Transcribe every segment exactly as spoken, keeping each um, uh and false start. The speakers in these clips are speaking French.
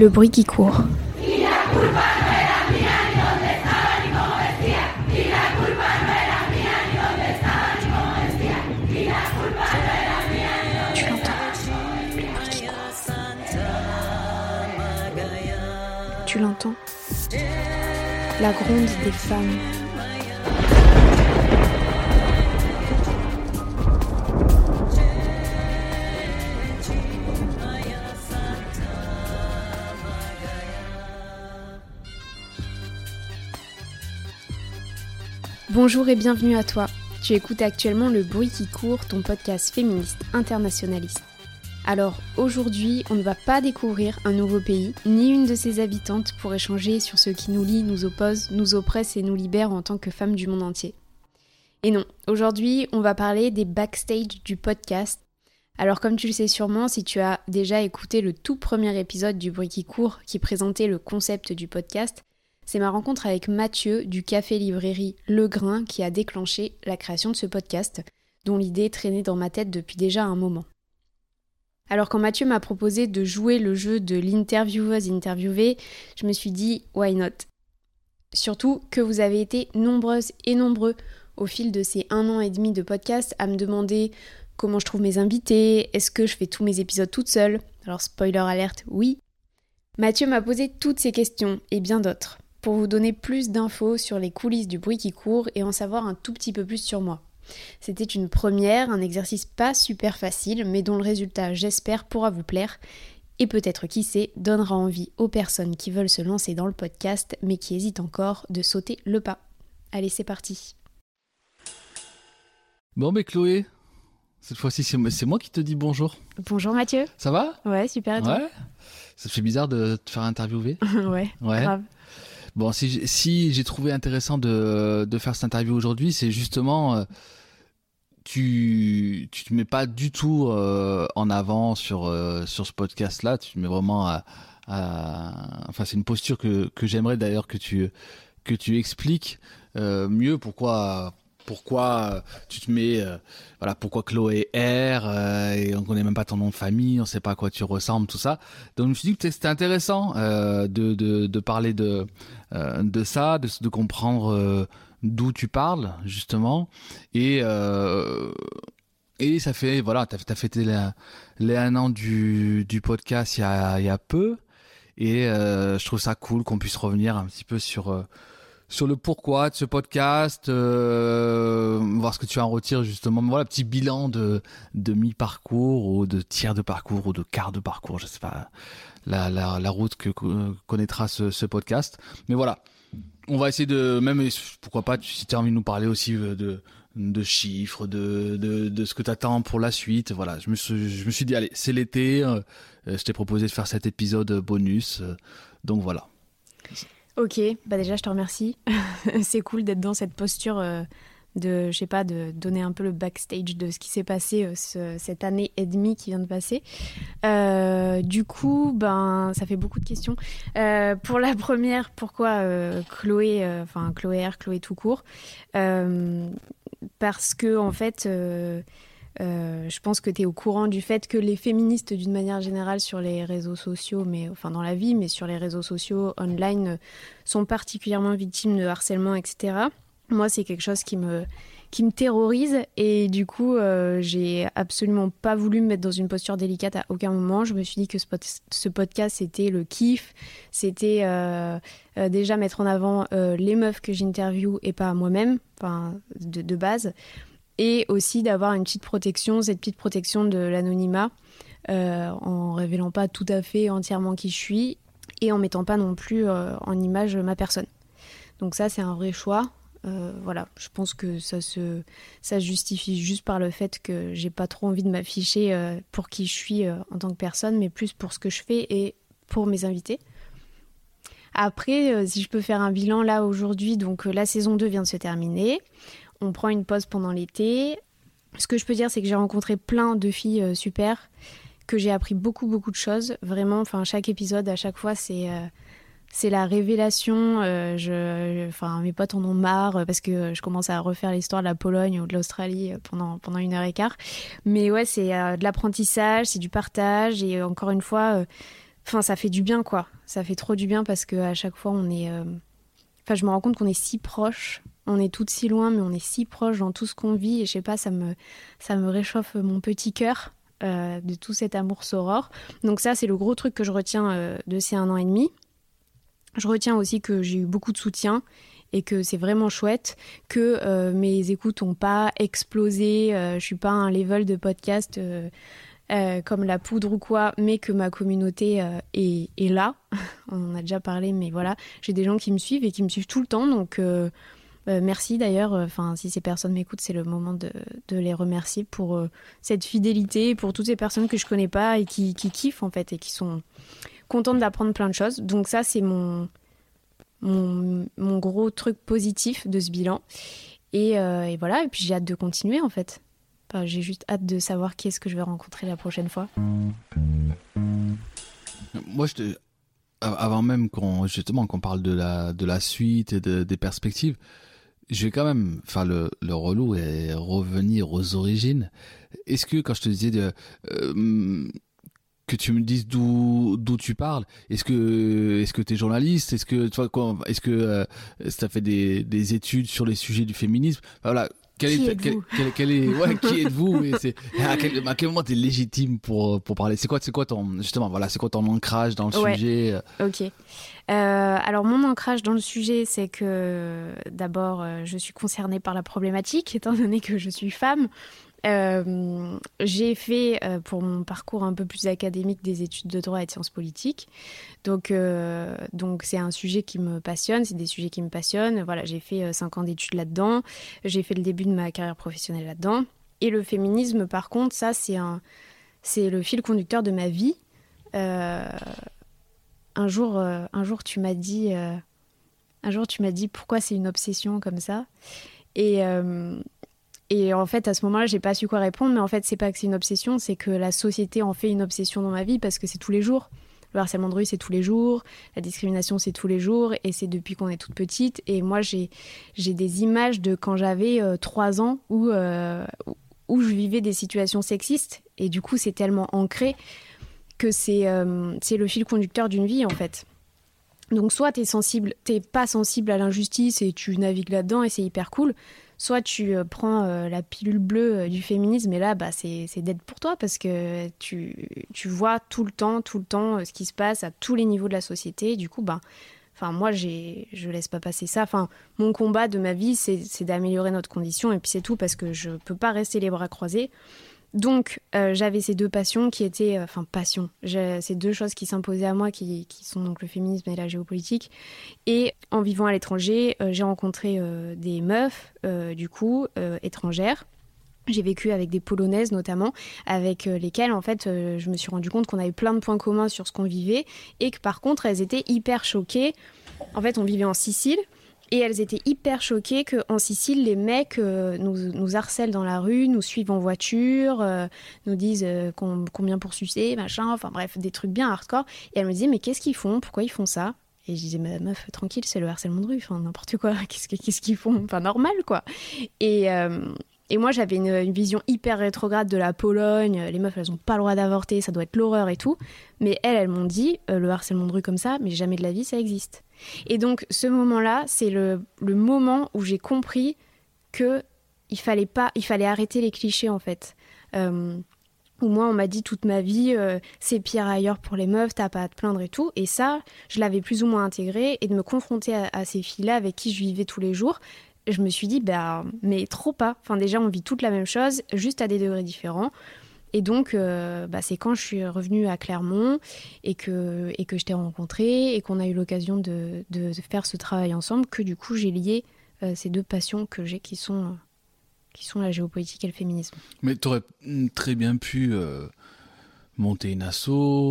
Le bruit qui court. Tu l'entends, le bruit qui court. Tu l'entends, la gronde des femmes. Bonjour et bienvenue à toi. Tu écoutes actuellement Le bruit qui court, ton podcast féministe internationaliste. Alors aujourd'hui, on ne va pas découvrir un nouveau pays, ni une de ses habitantes pour échanger sur ce qui nous lie, nous oppose, nous oppresse et nous libère en tant que femmes du monde entier. Et non, aujourd'hui, on va parler des backstage du podcast. Alors comme tu le sais sûrement, si tu as déjà écouté le tout premier épisode du bruit qui court qui présentait le concept du podcast, c'est ma rencontre avec Mathieu du café-librairie Le Grain qui a déclenché la création de ce podcast, dont l'idée traînait dans ma tête depuis déjà un moment. Alors quand Mathieu m'a proposé de jouer le jeu de l'intervieweuse interviewée, je me suis dit « why not ?» Surtout que vous avez été nombreuses et nombreux au fil de ces un an et demi de podcast à me demander comment je trouve mes invités, est-ce que je fais tous mes épisodes toute seule ? Alors spoiler alerte, oui. Mathieu m'a posé toutes ces questions et bien d'autres, pour vous donner plus d'infos sur les coulisses du bruit qui court et en savoir un tout petit peu plus sur moi. C'était une première, un exercice pas super facile, mais dont le résultat, j'espère, pourra vous plaire et peut-être, qui sait, donnera envie aux personnes qui veulent se lancer dans le podcast, mais qui hésitent encore de sauter le pas. Allez, c'est parti. Bon, mais Chloé, cette fois-ci, c'est moi qui te dis bonjour. Bonjour Mathieu. Ça va ? Ouais, super. Et toi ? Ouais. Ça te fait bizarre de te faire interviewer ? ouais, ouais, grave. Bon, si j'ai, si j'ai trouvé intéressant de, de faire cette interview aujourd'hui, c'est justement, euh, tu tu te mets pas du tout euh, en avant sur euh, sur ce podcast-là. Tu te mets vraiment à, à enfin, c'est une posture que que j'aimerais d'ailleurs que tu que tu expliques euh, mieux pourquoi. Pourquoi tu te mets, euh, voilà, pourquoi Chloé R, euh, et on connaît même pas ton nom de famille, on sait pas à quoi tu ressembles, tout ça. Donc je me suis dit que c'était intéressant euh, de, de, de parler de, euh, de ça, de, de comprendre euh, d'où tu parles, justement. Et, euh, et ça fait, voilà, t'as, t'as fêté les, les un an du, du podcast il y a, il y a peu. Et euh, je trouve ça cool qu'on puisse revenir un petit peu sur... Euh, sur le pourquoi de ce podcast, euh, voir ce que tu en retires justement. Voilà, petit bilan de, de mi-parcours ou de tiers de parcours ou de quart de parcours, je sais pas, la, la, la route que connaîtra ce, ce podcast. Mais voilà, on va essayer de, même, pourquoi pas, si tu as envie de nous parler aussi de, de chiffres, de, de, de ce que tu attends pour la suite. Voilà, je me suis, je me suis dit, allez, c'est l'été, euh, je t'ai proposé de faire cet épisode bonus, euh, donc voilà. Ok, bah déjà je te remercie. C'est cool d'être dans cette posture euh, de, je sais pas, de donner un peu le backstage de ce qui s'est passé euh, ce, cette année et demie qui vient de passer. Euh, du coup, ben ça fait beaucoup de questions. Euh, pour la première, pourquoi euh, Chloé, enfin euh, Chloé R, Chloé tout court, euh, parce que en fait. Euh, Euh, je pense que tu es au courant du fait que les féministes, d'une manière générale, sur les réseaux sociaux, mais, enfin dans la vie, mais sur les réseaux sociaux, online, sont particulièrement victimes de harcèlement, et cetera. Moi, c'est quelque chose qui me, qui me terrorise et du coup, euh, j'ai absolument pas voulu me mettre dans une posture délicate à aucun moment. Je me suis dit que ce, pod- ce podcast, c'était le kiff, c'était euh, euh, déjà mettre en avant euh, les meufs que j'interviewe et pas moi-même, enfin, de, de base. Et aussi d'avoir une petite protection, cette petite protection de l'anonymat, euh, en révélant pas tout à fait entièrement qui je suis et en mettant pas non plus euh, en image ma personne. Donc ça, c'est un vrai choix. Euh, voilà, je pense que ça se, ça se justifie juste par le fait que j'ai pas trop envie de m'afficher euh, pour qui je suis euh, en tant que personne, mais plus pour ce que je fais et pour mes invités. Après, euh, si je peux faire un bilan là aujourd'hui, donc euh, la saison deux vient de se terminer. On prend une pause pendant l'été. Ce que je peux dire, c'est que j'ai rencontré plein de filles euh, super, que j'ai appris beaucoup, beaucoup de choses. Vraiment, enfin, chaque épisode, à chaque fois, c'est, euh, c'est la révélation. Euh, je, enfin, mes potes en ont marre parce que je commence à refaire l'histoire de la Pologne ou de l'Australie pendant, pendant une heure et quart. Mais ouais, c'est euh, de l'apprentissage, c'est du partage. Et encore une fois, euh, enfin, ça fait du bien, quoi. Ça fait trop du bien parce qu'à chaque fois, on est... euh, Enfin, je me rends compte qu'on est si proches, on est toutes si loin, mais on est si proches dans tout ce qu'on vit. Et je sais pas, ça me, ça me réchauffe mon petit cœur euh, de tout cet amour soror. Donc ça, c'est le gros truc que je retiens euh, de ces un an et demi. Je retiens aussi que j'ai eu beaucoup de soutien et que c'est vraiment chouette, que euh, mes écoutes n'ont pas explosé. Euh, je suis pas à un level de podcast... Euh, Euh, comme la poudre ou quoi, mais que ma communauté euh, est, est là. On en a déjà parlé, mais voilà, j'ai des gens qui me suivent et qui me suivent tout le temps, donc euh, euh, merci d'ailleurs. Enfin, si ces personnes m'écoutent, c'est le moment de, de les remercier pour euh, cette fidélité, pour toutes ces personnes que je connais pas et qui, qui kiffent en fait et qui sont contentes d'apprendre plein de choses. Donc ça, c'est mon, mon, mon gros truc positif de ce bilan. Et, euh, et voilà, et puis j'ai hâte de continuer en fait. Enfin, j'ai juste hâte de savoir qui est-ce que je vais rencontrer la prochaine fois. Moi, je te... avant même qu'on justement qu'on parle de la de la suite et de, des perspectives, je vais quand même faire le, le relou et revenir aux origines. Est-ce que quand je te disais de, euh, que tu me dises d'où d'où tu parles, est-ce que est-ce que t'es journaliste, est-ce que toi quoi, est-ce que euh, t'as fait des des études sur les sujets du féminisme, enfin, voilà. Quel qui est, êtes-vous quel, quel, quel est, ouais, qui êtes-vous et c'est, à, quel, à quel moment t'es légitime pour, pour parler? C'est quoi, c'est quoi ton, justement, voilà, c'est quoi ton ancrage dans le ouais. sujet? Ok. Euh, alors, mon ancrage dans le sujet, c'est que d'abord, euh, je suis concernée par la problématique, étant donné que je suis femme. Euh, j'ai fait, euh, pour mon parcours un peu plus académique, des études de droit et de sciences politiques. Donc, euh, donc c'est un sujet qui me passionne, c'est des sujets qui me passionnent. Voilà, j'ai fait euh, cinq ans d'études là-dedans. J'ai fait le début de ma carrière professionnelle là-dedans. Et le féminisme, par contre, ça, c'est, un, c'est le fil conducteur de ma vie. Euh, un, jour, euh, un jour, tu m'as dit, euh, un jour, tu m'as dit pourquoi c'est une obsession comme ça. Et... Euh, Et en fait, à ce moment-là, j'ai pas su quoi répondre, mais en fait, c'est pas que c'est une obsession, c'est que la société en fait une obsession dans ma vie parce que c'est tous les jours. Le harcèlement de rue, c'est tous les jours. La discrimination, c'est tous les jours. Et c'est depuis qu'on est toute petite. Et moi, j'ai, j'ai des images de quand j'avais euh, trois ans où, euh, où je vivais des situations sexistes. Et du coup, c'est tellement ancré que c'est, euh, c'est le fil conducteur d'une vie, en fait. Donc, soit t'es sensible, t'es pas sensible à l'injustice et tu navigues là-dedans et c'est hyper cool. Soit tu euh, prends euh, la pilule bleue euh, du féminisme et là, bah, c'est, c'est dead pour toi parce que tu, tu vois tout le temps, tout le temps euh, ce qui se passe à tous les niveaux de la société. Du coup, bah, enfin, moi, j'ai, je laisse pas passer ça. Enfin, mon combat de ma vie, c'est, c'est d'améliorer notre condition et puis c'est tout parce que je peux pas rester les bras croisés. Donc, euh, j'avais ces deux passions qui étaient... Enfin, euh, passions. J'ai, ces deux choses qui s'imposaient à moi, qui, qui sont donc le féminisme et la géopolitique. Et en vivant à l'étranger, euh, j'ai rencontré euh, des meufs, euh, du coup, euh, étrangères. J'ai vécu avec des Polonaises, notamment, avec euh, lesquelles, en fait, euh, je me suis rendu compte qu'on avait plein de points communs sur ce qu'on vivait et que, par contre, elles étaient hyper choquées. En fait, on vivait en Sicile. Et elles étaient hyper choquées qu'en Sicile, les mecs euh, nous, nous harcèlent dans la rue, nous suivent en voiture, euh, nous disent euh, qu'on, combien pour sucer, machin, enfin bref, des trucs bien hardcore. Et elles me disaient, mais qu'est-ce qu'ils font? Pourquoi ils font ça? Et je disais, mais meuf, tranquille, c'est le harcèlement de rue, enfin n'importe quoi, qu'est-ce, qu'est-ce qu'ils font? Enfin normal, quoi. Et... Euh, Et moi, j'avais une, une vision hyper rétrograde de la Pologne. Les meufs, elles n'ont pas le droit d'avorter, ça doit être l'horreur et tout. Mais elles, elles m'ont dit, euh, le harcèlement de rue comme ça, mais jamais de la vie, ça existe. Et donc, ce moment-là, c'est le, le moment où j'ai compris qu'il fallait pas, il fallait arrêter les clichés, en fait. Euh, où moi, on m'a dit toute ma vie, euh, c'est pire ailleurs pour les meufs, t'as pas à te plaindre et tout. Et ça, je l'avais plus ou moins intégré. Et de me confronter à, à ces filles-là avec qui je vivais tous les jours, je me suis dit, bah, mais trop pas. Enfin, déjà, on vit toute la même chose, juste à des degrés différents. Et donc, euh, bah, c'est quand je suis revenue à Clermont et que, et que je t'ai rencontrée et qu'on a eu l'occasion de, de, de faire ce travail ensemble que du coup, j'ai lié euh, ces deux passions que j'ai qui sont, qui sont la géopolitique et le féminisme. Mais tu aurais très bien pu euh, monter une asso,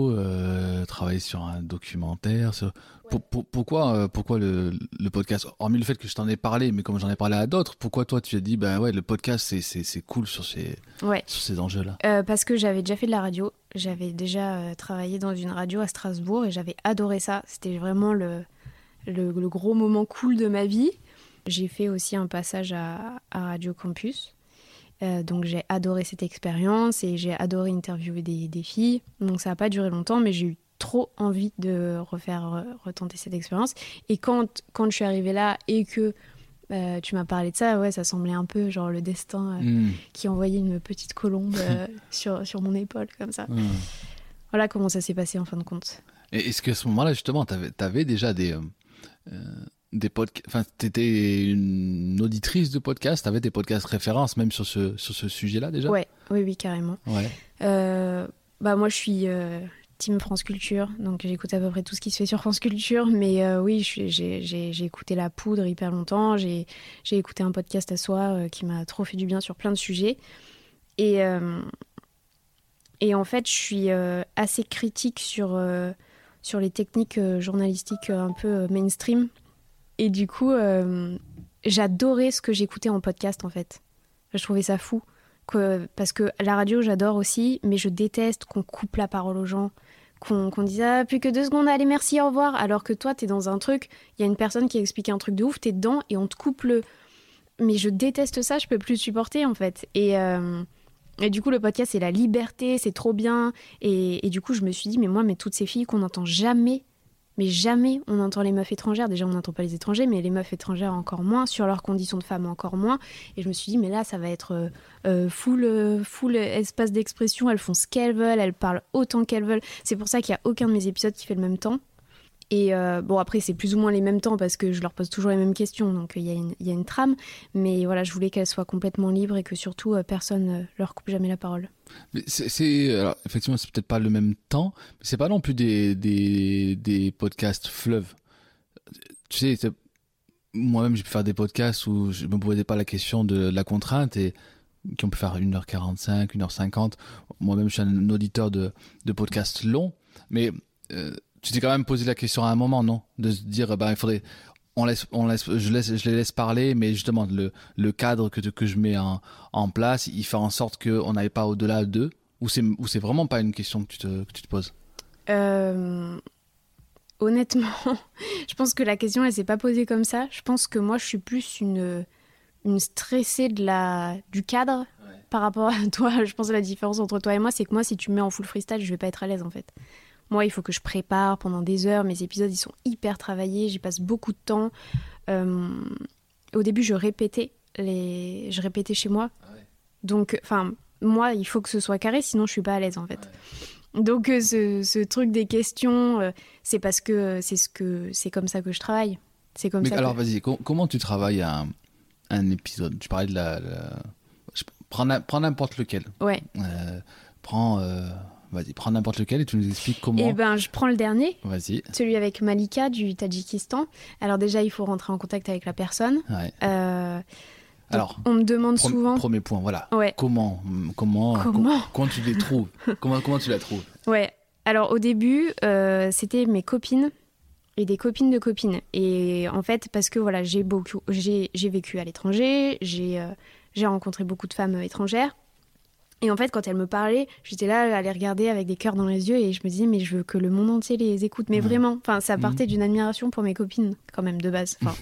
euh, travailler sur un documentaire. Sur... Ouais. Pour, pour, pourquoi, euh, pourquoi le, le podcast, hormis le fait que je t'en ai parlé, mais comme j'en ai parlé à d'autres, pourquoi toi tu as dit, ben ouais, le podcast c'est, c'est, c'est cool sur ces, ouais. sur ces enjeux-là? euh, Parce que j'avais déjà fait de la radio. J'avais déjà euh, travaillé dans une radio à Strasbourg et j'avais adoré ça. C'était vraiment le, le, le gros moment cool de ma vie. J'ai fait aussi un passage à, à Radio Campus. Euh, donc j'ai adoré cette expérience et j'ai adoré interviewer des, des filles. Donc ça n'a pas duré longtemps, mais j'ai eu trop envie de refaire, retenter cette expérience. Et quand, quand je suis arrivée là et que euh, tu m'as parlé de ça, ouais, ça semblait un peu genre le destin euh, mm. qui envoyait une petite colombe euh, sur, sur mon épaule, comme ça. Mm. Voilà comment ça s'est passé en fin de compte. Et est-ce qu'à ce moment-là, justement, t'avais, t'avais déjà des... Euh, euh, des podcasts, enfin, t'étais une auditrice de podcasts, t'avais des podcasts références même sur ce, sur ce sujet-là déjà ? Ouais, oui, oui, carrément. Ouais. Euh, bah, moi, je suis... Euh... Team France Culture, donc j'écoute à peu près tout ce qui se fait sur France Culture, mais euh, oui, j'ai, j'ai, j'ai écouté La Poudre hyper longtemps, j'ai, j'ai écouté un podcast à soi euh, qui m'a trop fait du bien sur plein de sujets, et, euh, et en fait, je suis euh, assez critique sur, euh, sur les techniques euh, journalistiques euh, un peu euh, mainstream, et du coup, euh, j'adorais ce que j'écoutais en podcast, en fait. Je trouvais ça fou. Que, parce que la radio, j'adore aussi, mais je déteste qu'on coupe la parole aux gens, qu'on, qu'on dise ah, plus que deux secondes, allez, merci, au revoir. Alors que toi, t'es dans un truc, il y a une personne qui explique un truc de ouf, t'es dedans et on te coupe le. Mais je déteste ça, je peux plus supporter en fait. Et, euh, et du coup, le podcast, c'est la liberté, c'est trop bien. Et, et du coup, je me suis dit, mais moi, mais toutes ces filles qu'on n'entend jamais. Mais jamais on entend les meufs étrangères. Déjà, on n'entend pas les étrangers, mais les meufs étrangères encore moins, sur leurs conditions de femmes encore moins. Et je me suis dit, mais là, ça va être euh, full, euh, full espace d'expression. Elles font ce qu'elles veulent, elles parlent autant qu'elles veulent. C'est pour ça qu'il n'y a aucun de mes épisodes qui fait le même temps. Et euh, bon, après, c'est plus ou moins les mêmes temps parce que je leur pose toujours les mêmes questions. Donc, il y a une, il y a une trame. Mais voilà, je voulais qu'elles soient complètement libres et que surtout, euh, personne ne euh, leur coupe jamais la parole. Mais c'est, c'est alors, effectivement, c'est peut-être pas le même temps, mais c'est pas non plus des, des, des podcasts fleuves. Tu sais, c'est, moi-même, j'ai pu faire des podcasts où je me posais pas la question de la contrainte et qui ont pu faire une heure quarante-cinq, une heure cinquante. Moi-même, je suis un auditeur de, de podcasts longs, mais euh, tu t'es quand même posé la question à un moment, non ? De se dire, ben, il faudrait... On laisse, on laisse, je, laisse, je les laisse parler, mais justement, le, le cadre que, que je mets en, en place, il fait en sorte qu'on n'aille pas au-delà d'eux, ou c'est, ou c'est vraiment pas une question que tu te, que tu te poses ? euh, Honnêtement, je pense que la question, elle s'est pas posée comme ça. Je pense que moi, je suis plus une, une stressée de la, du cadre ouais. Par rapport à toi. Je pense que la différence entre toi et moi, c'est que moi, si tu me mets en full freestyle, je vais pas être à l'aise, en fait. Moi, il faut que je prépare pendant des heures. Mes épisodes, ils sont hyper travaillés. J'y passe beaucoup de temps. Euh, au début, je répétais, les... je répétais chez moi. Ah ouais. Donc, enfin, moi, il faut que ce soit carré, sinon je suis pas à l'aise, en fait. Ouais. Donc, euh, ce, ce truc des questions, euh, c'est parce que c'est, ce que c'est comme ça que je travaille. C'est comme Mais ça alors, que... vas-y, com- comment tu travailles un, un épisode ? Tu parlais de la... la... Je... Prends, prends n'importe lequel. Ouais. Euh, prends... Euh... Vas-y, prends n'importe lequel et tu nous expliques comment... Eh ben, je prends le dernier. Vas-y. Celui avec Malika du Tadjikistan. Alors déjà, il faut rentrer en contact avec la personne. Ouais. Euh, Alors, on me demande pre- souvent... Premier point, voilà. Ouais. Comment Comment Comment, comment tu les trouves comment, comment tu la trouves ? Ouais. Alors, au début, euh, c'était mes copines et des copines de copines. Et en fait, parce que voilà, j'ai, beaucoup, j'ai, j'ai vécu à l'étranger, j'ai, euh, j'ai rencontré beaucoup de femmes étrangères. Et en fait, quand elle me parlait, j'étais là à les regarder avec des cœurs dans les yeux et je me disais, mais je veux que le monde entier les écoute. Mais mmh. vraiment, enfin, ça partait mmh. d'une admiration pour mes copines, quand même, de base. Enfin,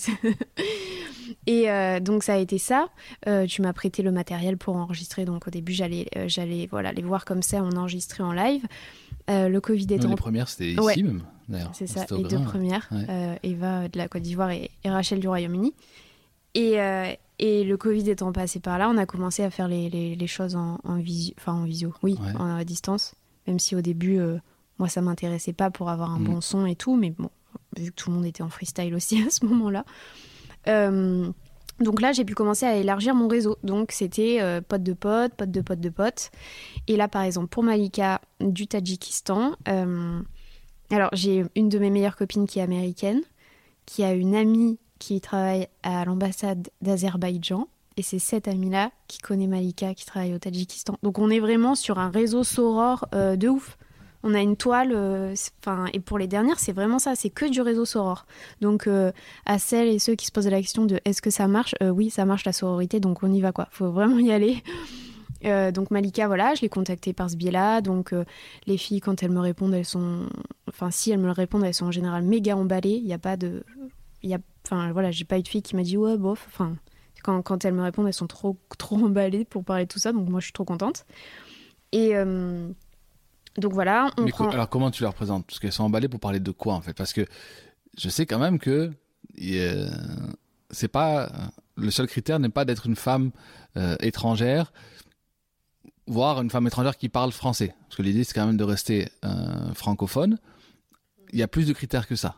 et euh, donc, ça a été ça. Euh, tu m'as prêté le matériel pour enregistrer. Donc, au début, j'allais, euh, j'allais voilà, les voir comme ça, on enregistrait en live. Euh, le Covid étant... Les premières, c'était ici ouais. même, d'ailleurs. C'est ça, les deux premières. Ouais. Euh, Eva de la Côte d'Ivoire et, et Rachel du Royaume-Uni. Et... Euh, Et le Covid étant passé par là, on a commencé à faire les, les, les choses en, en, visio, enfin en visio, oui, ouais. en, à distance. Même si au début, euh, moi, ça m'intéressait pas pour avoir un mmh. bon son et tout. Mais bon, vu que tout le monde était en freestyle aussi à ce moment-là. Euh, donc là, j'ai pu commencer à élargir mon réseau. Donc c'était euh, pote de pote, pote de pote de pote. Et là, par exemple, pour Malika du Tadjikistan, euh, alors j'ai une de mes meilleures copines qui est américaine, qui a une amie qui travaille à l'ambassade d'Azerbaïdjan. Et c'est cette amie-là qui connaît Malika, qui travaille au Tadjikistan. Donc on est vraiment sur un réseau soror euh, de ouf. On a une toile, euh, et pour les dernières, c'est vraiment ça, c'est que du réseau soror. Donc euh, à celles et ceux qui se posent la question de est-ce que ça marche ? euh, Oui, ça marche la sororité, donc on y va quoi. Faut vraiment y aller. Euh, donc Malika, voilà, je l'ai contactée par ce biais-là. Donc euh, les filles, quand elles me répondent, elles sont... Enfin, si elles me répondent, elles sont en général méga emballées. Il n'y a pas de... Il y a... Enfin, voilà, j'ai pas eu de fille qui m'a dit « ouais, bof ». Enfin, quand, quand elles me répondent, elles sont trop, trop emballées pour parler de tout ça. Donc moi, je suis trop contente. Et, euh, Donc voilà, on Mais prend... co- alors comment tu les représentes? Parce qu'elles sont emballées pour parler de quoi en fait? Parce que je sais quand même que euh, c'est pas le seul critère n'est pas d'être une femme euh, étrangère, voire une femme étrangère qui parle français. Parce que l'idée c'est quand même de rester euh, francophone. Il y a plus de critères que ça.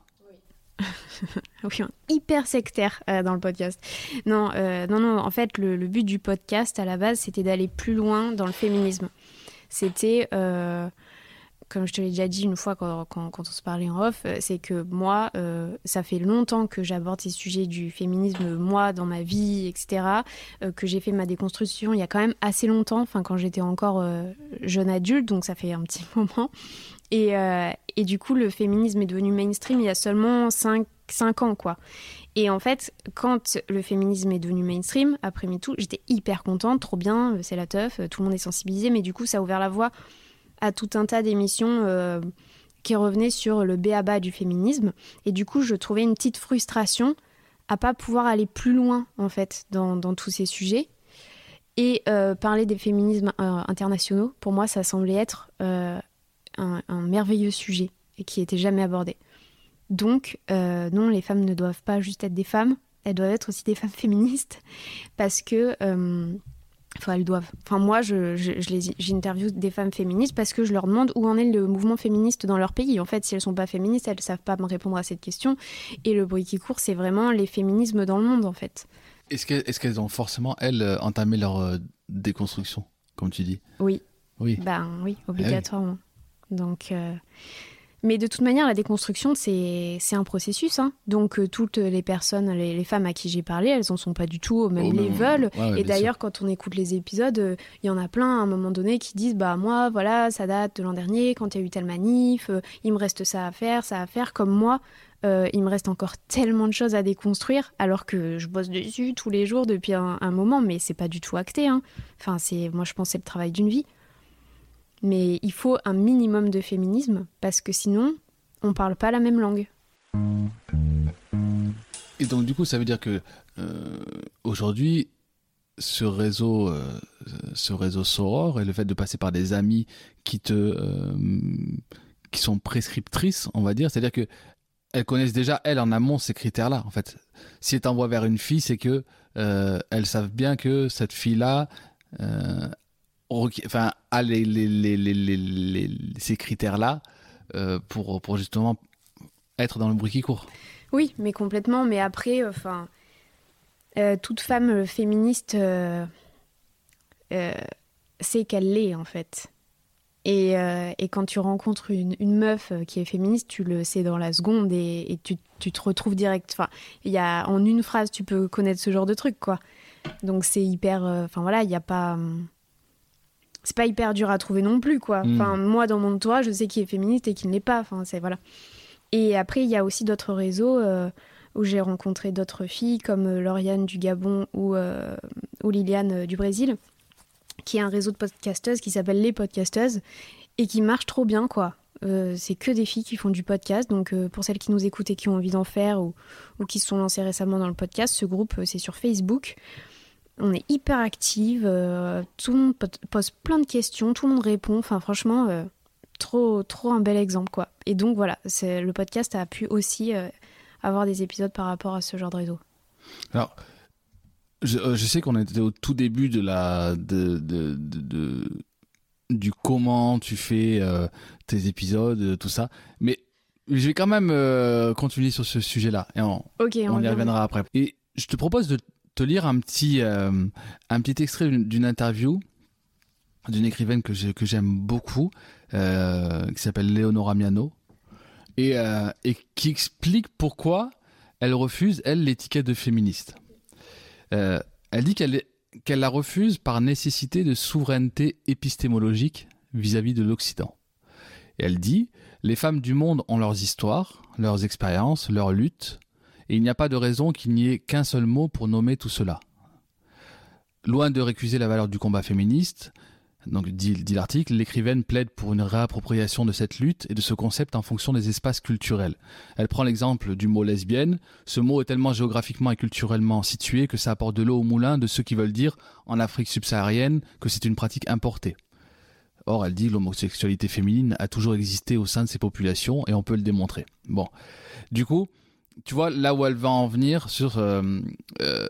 Oui, hyper sectaire euh, dans le podcast. Non, euh, non, non. En fait, le, le but du podcast à la base, c'était d'aller plus loin dans le féminisme. C'était, euh, comme je te l'ai déjà dit une fois quand, quand, quand on se parlait en off, euh, c'est que moi, euh, ça fait longtemps que j'aborde ces sujets du féminisme, moi, dans ma vie, et cetera. Euh, que j'ai fait ma déconstruction il y a quand même assez longtemps, enfin quand j'étais encore euh, jeune adulte, donc ça fait un petit moment. Et, euh, et du coup, le féminisme est devenu mainstream il y a seulement cinq ans, quoi. Et en fait, quand le féminisme est devenu mainstream, après MeToo, j'étais hyper contente, trop bien, c'est la teuf, tout le monde est sensibilisé, mais du coup, ça a ouvert la voie à tout un tas d'émissions euh, qui revenaient sur le b.a.-ba du féminisme. Et du coup, je trouvais une petite frustration à pas pouvoir aller plus loin, en fait, dans, dans tous ces sujets. Et euh, parler des féminismes euh, internationaux, pour moi, ça semblait être... Euh, Un, un merveilleux sujet et qui n'était jamais abordé. Donc, euh, non, les femmes ne doivent pas juste être des femmes, elles doivent être aussi des femmes féministes parce que... Euh, enfin, elles doivent. Enfin, moi, je, je, je les, j'interviewe des femmes féministes parce que je leur demande où en est le mouvement féministe dans leur pays. En fait, si elles ne sont pas féministes, elles ne savent pas me répondre à cette question. Et le bruit qui court, c'est vraiment les féminismes dans le monde, en fait. Est-ce qu'elles, est-ce qu'elles ont forcément, elles, euh, entamé leur euh, déconstruction, comme tu dis? Oui. Oui. Ben oui, obligatoirement. Ah oui. Donc, euh... mais de toute manière, la déconstruction, c'est, c'est un processus. Hein. Donc, euh, toutes les personnes, les, les femmes à qui j'ai parlé, elles n'en sont pas du tout au même oh, level. Ouais, ouais, et d'ailleurs, sûr. quand on écoute les épisodes, il euh, y en a plein à un moment donné qui disent bah moi, voilà, ça date de l'an dernier, quand il y a eu telle manif, euh, il me reste ça à faire, ça à faire. Comme moi, euh, il me reste encore tellement de choses à déconstruire, alors que je bosse dessus tous les jours depuis un, un moment, mais c'est pas du tout acté. Hein. Enfin, c'est, moi, je pense que c'est le travail d'une vie. Mais il faut un minimum de féminisme parce que sinon, on parle pas la même langue. Et donc du coup, ça veut dire que euh, aujourd'hui, ce réseau, euh, ce réseau soror et le fait de passer par des amis qui te, euh, qui sont prescriptrices, on va dire, c'est-à-dire que elles connaissent déjà elles en amont ces critères-là. En fait, si elles t'envoient vers une fille, c'est que euh, elles savent bien que cette fille-là euh, enfin, a les, les, les, les, les, les, ces critères-là euh, pour, pour justement être dans le bruit qui court. Oui, mais complètement. Mais après, enfin, euh, toute femme féministe euh, euh, sait qu'elle l'est, en fait. Et, euh, et quand tu rencontres une, une meuf qui est féministe, tu le sais dans la seconde et, et tu, tu te retrouves direct. Enfin, il y a, en une phrase, tu peux connaître ce genre de truc, quoi. Donc c'est hyper... Enfin euh, voilà, il n'y a pas... C'est pas hyper dur à trouver non plus, quoi. Mmh. Enfin, moi, dans mon entourage, je sais qui est féministe et qui ne l'est pas. Enfin, c'est... Voilà. Et après, il y a aussi d'autres réseaux euh, où j'ai rencontré d'autres filles, comme euh, Lauriane du Gabon ou, euh, ou Liliane euh, du Brésil, qui est un réseau de podcasteuses qui s'appelle Les Podcasteuses et qui marche trop bien, quoi. Euh, c'est que des filles qui font du podcast. Donc, euh, pour celles qui nous écoutent et qui ont envie d'en faire ou, ou qui se sont lancées récemment dans le podcast, ce groupe, euh, c'est sur Facebook. On est hyper active, euh, tout le monde pose plein de questions, tout le monde répond. Enfin, franchement, euh, trop, trop un bel exemple, quoi. Et donc, voilà, c'est, le podcast a pu aussi euh, avoir des épisodes par rapport à ce genre de réseau. Alors, je, je sais qu'on était au tout début de la, de, de, de, de du comment tu fais euh, tes épisodes, tout ça, mais je vais quand même euh, continuer sur ce sujet-là et on, okay, on, on y reviendra après. Et je te propose de te lire un petit, euh, un petit extrait d'une interview d'une écrivaine que, je, que j'aime beaucoup, euh, qui s'appelle Leonora Miano, et, euh, et qui explique pourquoi elle refuse, elle, l'étiquette de féministe. Euh, elle dit qu'elle, qu'elle la refuse par nécessité de souveraineté épistémologique vis-à-vis de l'Occident. Et elle dit « Les femmes du monde ont leurs histoires, leurs expériences, leurs luttes, et il n'y a pas de raison qu'il n'y ait qu'un seul mot pour nommer tout cela. Loin de récuser la valeur du combat féministe, donc dit, dit l'article, l'écrivaine plaide pour une réappropriation de cette lutte et de ce concept en fonction des espaces culturels. Elle prend l'exemple du mot lesbienne. Ce mot est tellement géographiquement et culturellement situé que ça apporte de l'eau au moulin de ceux qui veulent dire, en Afrique subsaharienne, que c'est une pratique importée. or, elle dit que l'homosexualité féminine a toujours existé au sein de ces populations et on peut le démontrer. Bon, du coup, tu vois là où elle va en venir sur... Euh, euh,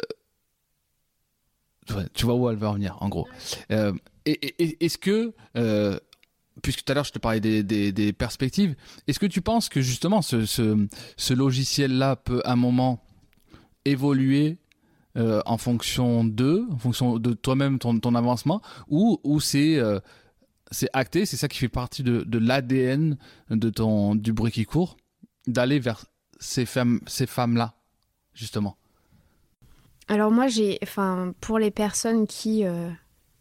tu vois où elle va en venir, en gros. Euh, et, et, est-ce que... Euh, puisque tout à l'heure je te parlais des, des, des perspectives, est-ce que tu penses que justement ce, ce, ce logiciel-là peut à un moment évoluer euh, en fonction d'eux, en fonction de toi-même, ton, ton avancement, ou, ou c'est, euh, c'est acté, c'est ça qui fait partie de, de l'A D N de ton, du bruit qui court, d'aller vers ces, femmes, ces femmes-là, justement? Alors moi, j'ai, enfin, pour les personnes qui, euh,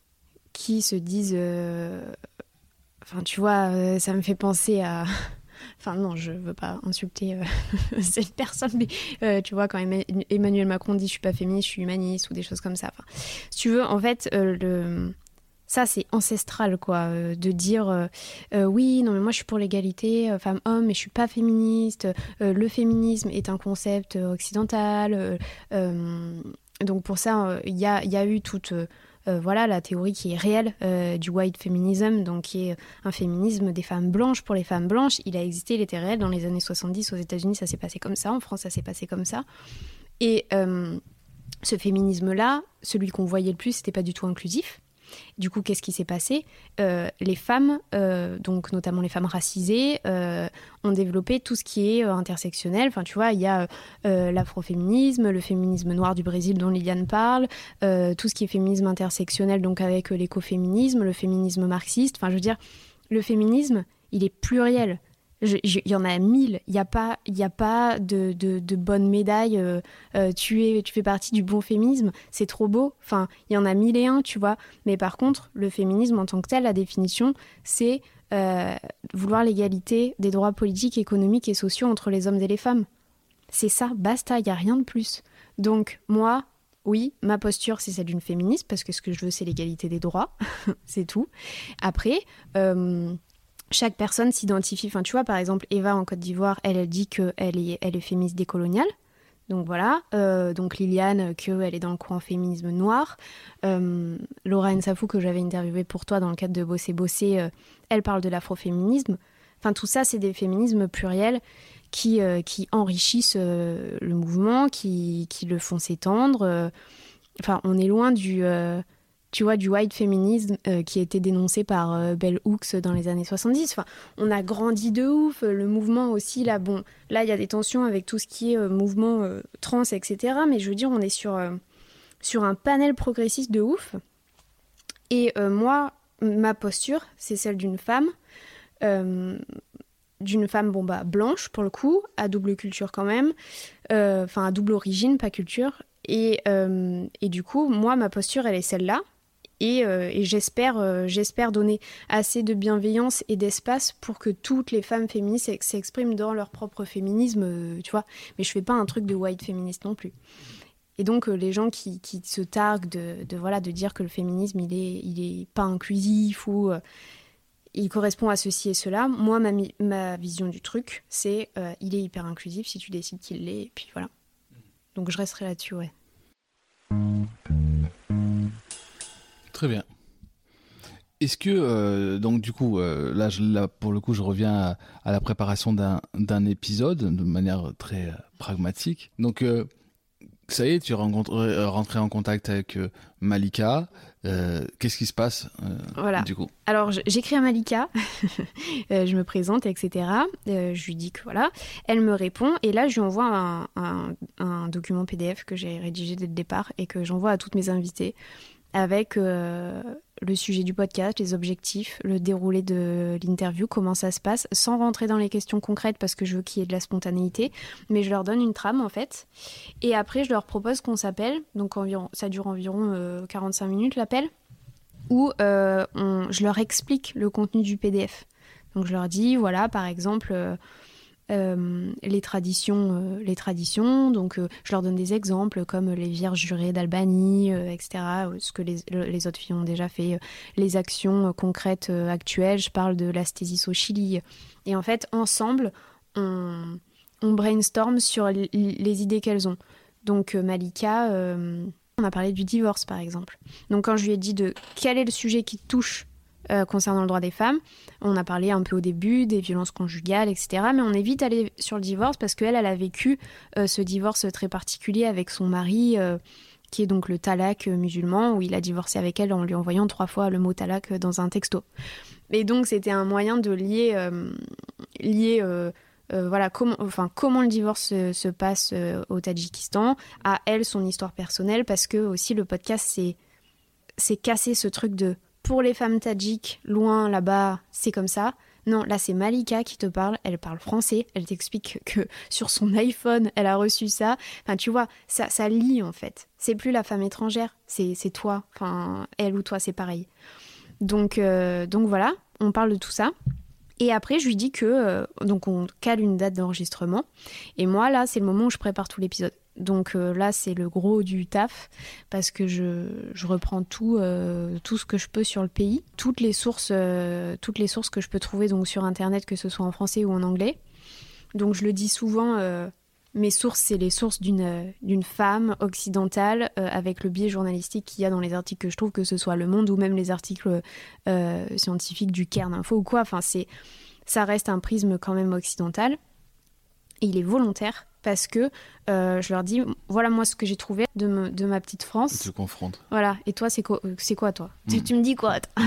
qui se disent... Euh, Enfin, tu vois, euh, ça me fait penser à... Enfin, non, je veux pas insulter euh, cette personne, mais euh, tu vois, quand Emmanuel Macron dit « je suis pas féministe, je suis humaniste » ou des choses comme ça. Enfin, si tu veux, en fait, euh, le... ça, c'est ancestral, quoi, euh, de dire euh, euh, oui, non, mais moi, je suis pour l'égalité euh, femmes-hommes, mais je suis pas féministe. Euh, le féminisme est un concept euh, occidental. Euh, euh, donc, pour ça, il euh, y, a, y a eu toute... Euh, Euh, voilà la théorie qui est réelle euh, du white feminism, donc qui est un féminisme des femmes blanches pour les femmes blanches. Il a existé, il était réel dans les années soixante-dix aux États-Unis, ça s'est passé comme ça, en France ça s'est passé comme ça. Et euh, ce féminisme-là, celui qu'on voyait le plus, c'était pas du tout inclusif. Du coup, qu'est-ce qui s'est passé ? euh, Les femmes, euh, donc notamment les femmes racisées, euh, ont développé tout ce qui est euh, intersectionnel. Enfin, tu vois, il y a euh, l'afroféminisme, le féminisme noir du Brésil dont Liliane parle, euh, tout ce qui est féminisme intersectionnel, donc avec euh, l'écoféminisme, le féminisme marxiste. Enfin, je veux dire, le féminisme, il est pluriel. Il y en a mille, il n'y a pas, y a pas de, de, de bonne médaille, euh, euh, tu, es, tu fais partie du bon féminisme, c'est trop beau, enfin, il y en a mille et un, tu vois. Mais par contre, le féminisme en tant que tel, la définition, c'est euh, vouloir l'égalité des droits politiques, économiques et sociaux entre les hommes et les femmes. C'est ça, basta, il n'y a rien de plus. Donc, moi, oui, ma posture, c'est celle d'une féministe, parce que ce que je veux, c'est l'égalité des droits, c'est tout. Après... Euh, chaque personne s'identifie. Enfin, tu vois, par exemple, Eva en Côte d'Ivoire, elle, elle dit qu'elle est, elle est féministe décoloniale. Donc voilà. Euh, donc Liliane, qu'elle est dans le courant féminisme noir. Euh, Laura Nsafou, que j'avais interviewée pour toi dans le cadre de Bosser Bosser, euh, elle parle de l'afroféminisme. Enfin, tout ça, c'est des féminismes pluriels qui, euh, qui enrichissent euh, le mouvement, qui, qui le font s'étendre. Euh, enfin, on est loin du... Euh, tu vois, du white féminisme euh, qui a été dénoncé par euh, Bell Hooks dans les années soixante-dix. Enfin, on a grandi de ouf. Le mouvement aussi, là, bon, là, il y a des tensions avec tout ce qui est euh, mouvement euh, trans, et cetera. Mais je veux dire, on est sur, euh, sur un panel progressiste de ouf. Et euh, moi, ma posture, c'est celle d'une femme, euh, d'une femme, bon, bah, blanche, pour le coup, à double culture quand même, euh, enfin, à double origine, pas culture. Et, euh, et du coup, moi, ma posture, elle est celle-là. Et, euh, et j'espère, euh, j'espère donner assez de bienveillance et d'espace pour que toutes les femmes féministes s'expriment dans leur propre féminisme, euh, tu vois. Mais je fais pas un truc de white féministe non plus. Et donc, euh, les gens qui, qui se targuent de, de, voilà, de dire que le féminisme, il est, il est pas inclusif ou euh, il correspond à ceci et cela, moi, ma, ma vision du truc, c'est euh, il est hyper inclusif si tu décides qu'il l'est, et puis voilà. Donc, je resterai là-dessus, ouais. Très bien. Est-ce que, euh, donc du coup, euh, là, je, là, pour le coup, je reviens à, à la préparation d'un, d'un épisode de manière très euh, pragmatique. Donc, euh, ça y est, tu es rencontré, rentré en contact avec euh, Malika. Euh, qu'est-ce qui se passe euh, voilà. du coup ? Alors, j'écris à Malika, euh, je me présente, et cetera. Euh, je lui dis que voilà. Elle me répond et là, je lui envoie un, un, un document P D F que j'ai rédigé dès le départ et que j'envoie à toutes mes invitées avec euh, le sujet du podcast, les objectifs, le déroulé de l'interview, comment ça se passe, sans rentrer dans les questions concrètes parce que je veux qu'il y ait de la spontanéité, mais je leur donne une trame en fait. Et après, je leur propose qu'on s'appelle, donc environ, ça dure environ euh, quarante-cinq minutes l'appel, où euh, on, je leur explique le contenu du P D F. Donc je leur dis, voilà, par exemple... Euh, Euh, les traditions, euh, les traditions. Donc, euh, je leur donne des exemples comme les vierges jurées d'Albanie, euh, et cetera. Ce que les, les autres filles ont déjà fait, euh, les actions euh, concrètes euh, actuelles. Je parle de l'astésis au Chili. Et en fait, ensemble, on, on brainstorm sur l- les idées qu'elles ont. Donc, euh, Malika, euh, on a parlé du divorce, par exemple. Donc, quand je lui ai dit de quel est le sujet qui te touche euh, concernant le droit des femmes. On a parlé un peu au début des violences conjugales, et cetera. Mais on est vite allé sur le divorce parce qu'elle, elle a vécu euh, ce divorce très particulier avec son mari, euh, qui est donc le talak musulman, où il a divorcé avec elle en lui envoyant trois fois le mot talak dans un texto. Et donc, c'était un moyen de lier... Euh, lier euh, Euh, voilà, comment, enfin, comment le divorce se, se passe euh, au Tadjikistan, à elle, son histoire personnelle, parce que aussi le podcast, c'est, c'est casser ce truc de pour les femmes tadjiques, loin là-bas, c'est comme ça. Non, là, c'est Malika qui te parle, elle parle français, elle t'explique que sur son iPhone, elle a reçu ça. Enfin, tu vois, ça, ça lie en fait. C'est plus la femme étrangère, c'est, c'est toi. Enfin, elle ou toi, c'est pareil. Donc, euh, donc voilà, on parle de tout ça. Et après, je lui dis que... Euh, donc, on cale une date d'enregistrement. Et moi, là, c'est le moment où je prépare tout l'épisode. Donc euh, là, c'est le gros du taf, parce que je, je reprends tout, euh, tout ce que je peux sur le pays. Toutes les sources, euh, toutes les sources que je peux trouver donc, sur Internet, que ce soit en français ou en anglais. Donc, je le dis souvent... Euh, mes sources, c'est les sources d'une, d'une femme occidentale euh, avec le biais journalistique qu'il y a dans les articles que je trouve, que ce soit Le Monde ou même les articles euh, scientifiques du Cairn Info ou quoi. Enfin, c'est, ça reste un prisme quand même occidental. Et il est volontaire parce que euh, je leur dis, voilà moi ce que j'ai trouvé de, me, de ma petite France. Tu te confrontes. Voilà. Et toi, c'est quoi, c'est quoi toi mmh. tu, tu me dis quoi toi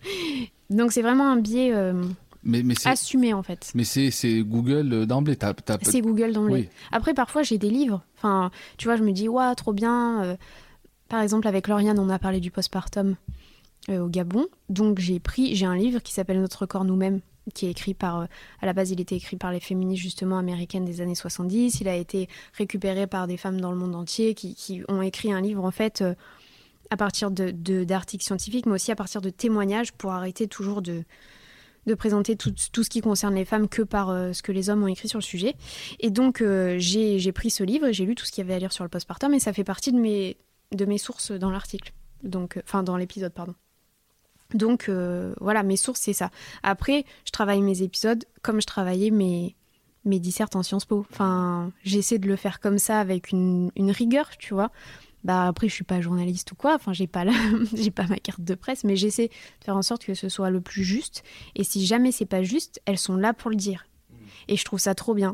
mmh. Donc c'est vraiment un biais... Euh, Mais, mais c'est... assumé en fait. Mais c'est, c'est Google d'emblée. T'as, t'as... C'est Google d'emblée. Oui. Après, parfois, j'ai des livres. Enfin, tu vois, je me dis, waouh, trop bien. Euh, par exemple, avec Lauriane, on a parlé du postpartum euh, au Gabon. Donc, j'ai pris, j'ai un livre qui s'appelle Notre corps nous-mêmes, qui est écrit par, euh, à la base, il était écrit par les féministes justement américaines des années soixante-dix. Il a été récupéré par des femmes dans le monde entier qui, qui ont écrit un livre en fait euh, à partir de, de, d'articles scientifiques, mais aussi à partir de témoignages pour arrêter toujours de de présenter tout, tout ce qui concerne les femmes que par euh, ce que les hommes ont écrit sur le sujet. Et donc, euh, j'ai, j'ai pris ce livre et j'ai lu tout ce qu'il y avait à lire sur le postpartum et ça fait partie de mes, de mes sources dans l'article. Donc, enfin, euh, dans l'épisode, pardon. Donc, euh, voilà, mes sources, c'est ça. Après, je travaille mes épisodes comme je travaillais mes, mes dissertes en Sciences Po. Enfin, j'essaie de le faire comme ça avec une, une rigueur, tu vois. Bah après je suis pas journaliste ou quoi, enfin j'ai pas la... j'ai pas ma carte de presse, mais j'essaie de faire en sorte que ce soit le plus juste. Et si jamais c'est pas juste, elles sont là pour le dire. Mmh. Et je trouve ça trop bien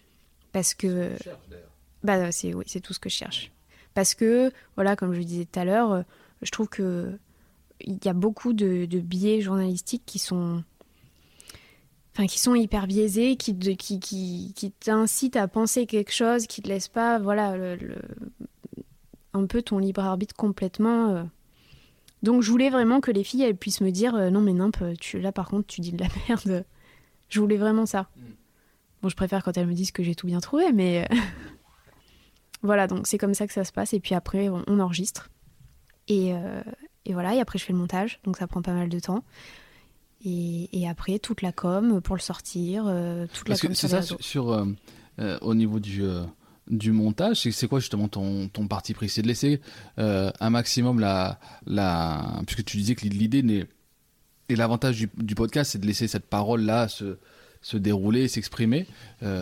parce que c'est ce que tu cherches, d'ailleurs. Bah c'est oui, c'est tout ce que je cherche. Parce que voilà, comme je le disais tout à l'heure, je trouve que il y a beaucoup de, de biais journalistiques qui sont Enfin, qui sont hyper biaisés, qui, de, qui, qui, qui t'incitent à penser quelque chose, qui te laissent pas, voilà, le, le, un peu ton libre arbitre complètement. Euh. Donc, je voulais vraiment que les filles, elles puissent me dire euh, non, mais non, tu, là, par contre, tu dis de la merde. Je voulais vraiment ça. Mm. Bon, je préfère quand elles me disent que j'ai tout bien trouvé, mais voilà, donc c'est comme ça que ça se passe. Et puis après, on, on enregistre. Et, euh, et voilà, et après, je fais le montage, donc ça prend pas mal de temps. Et, et après, toute la com pour le sortir, euh, toute Parce la com que sur c'est les ça, réseaux. sur, euh, euh, au niveau du, euh, du montage, c'est, c'est quoi justement ton, ton parti pris ? C'est de laisser euh, un maximum la, la... Puisque tu disais que l'idée n'est... Et l'avantage du, du podcast, c'est de laisser cette parole-là se, se dérouler, s'exprimer. Euh,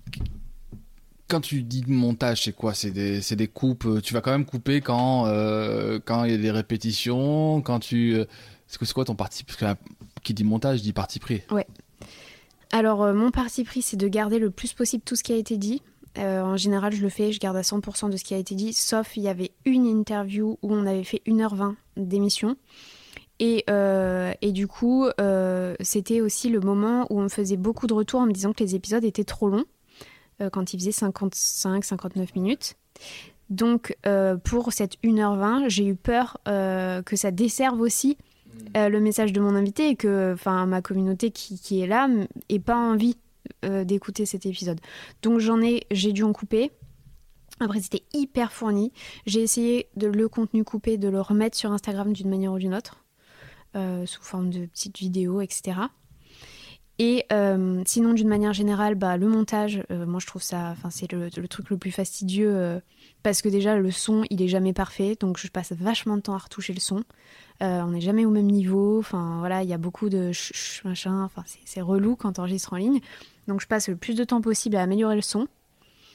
quand tu dis montage, c'est quoi ? C'est des, c'est des coupes. Tu vas quand même couper quand euh, quand il y a des répétitions, quand tu... Euh, c'est quoi, c'est quoi ton parti ? Parce que qui dit montage dit parti pris. Ouais. Alors, euh, mon parti pris, c'est de garder le plus possible tout ce qui a été dit. Euh, en général, je le fais, je garde à cent pour cent de ce qui a été dit, sauf il y avait une interview où on avait fait une heure vingt d'émission. Et, euh, et du coup, euh, c'était aussi le moment où on me faisait beaucoup de retours en me disant que les épisodes étaient trop longs, euh, quand ils faisaient cinquante-cinq à cinquante-neuf minutes. Donc, euh, pour cette une heure vingt, j'ai eu peur euh, que ça desserve aussi Euh, le message de mon invité et que ma communauté qui, qui est là n'ait pas envie euh, d'écouter cet épisode. Donc j'en ai, j'ai dû en couper. Après c'était hyper fourni. J'ai essayé de le contenu coupé, de le remettre sur Instagram d'une manière ou d'une autre, euh, sous forme de petites vidéos, et cetera. Et euh, sinon d'une manière générale, bah, le montage, euh, moi je trouve ça, c'est le, le truc le plus fastidieux euh, parce que déjà le son il est jamais parfait, donc je passe vachement de temps à retoucher le son. Euh, on n'est jamais au même niveau, enfin voilà, il y a beaucoup de ch- ch- machin, enfin c'est, c'est relou quand on enregistre en ligne. Donc je passe le plus de temps possible à améliorer le son.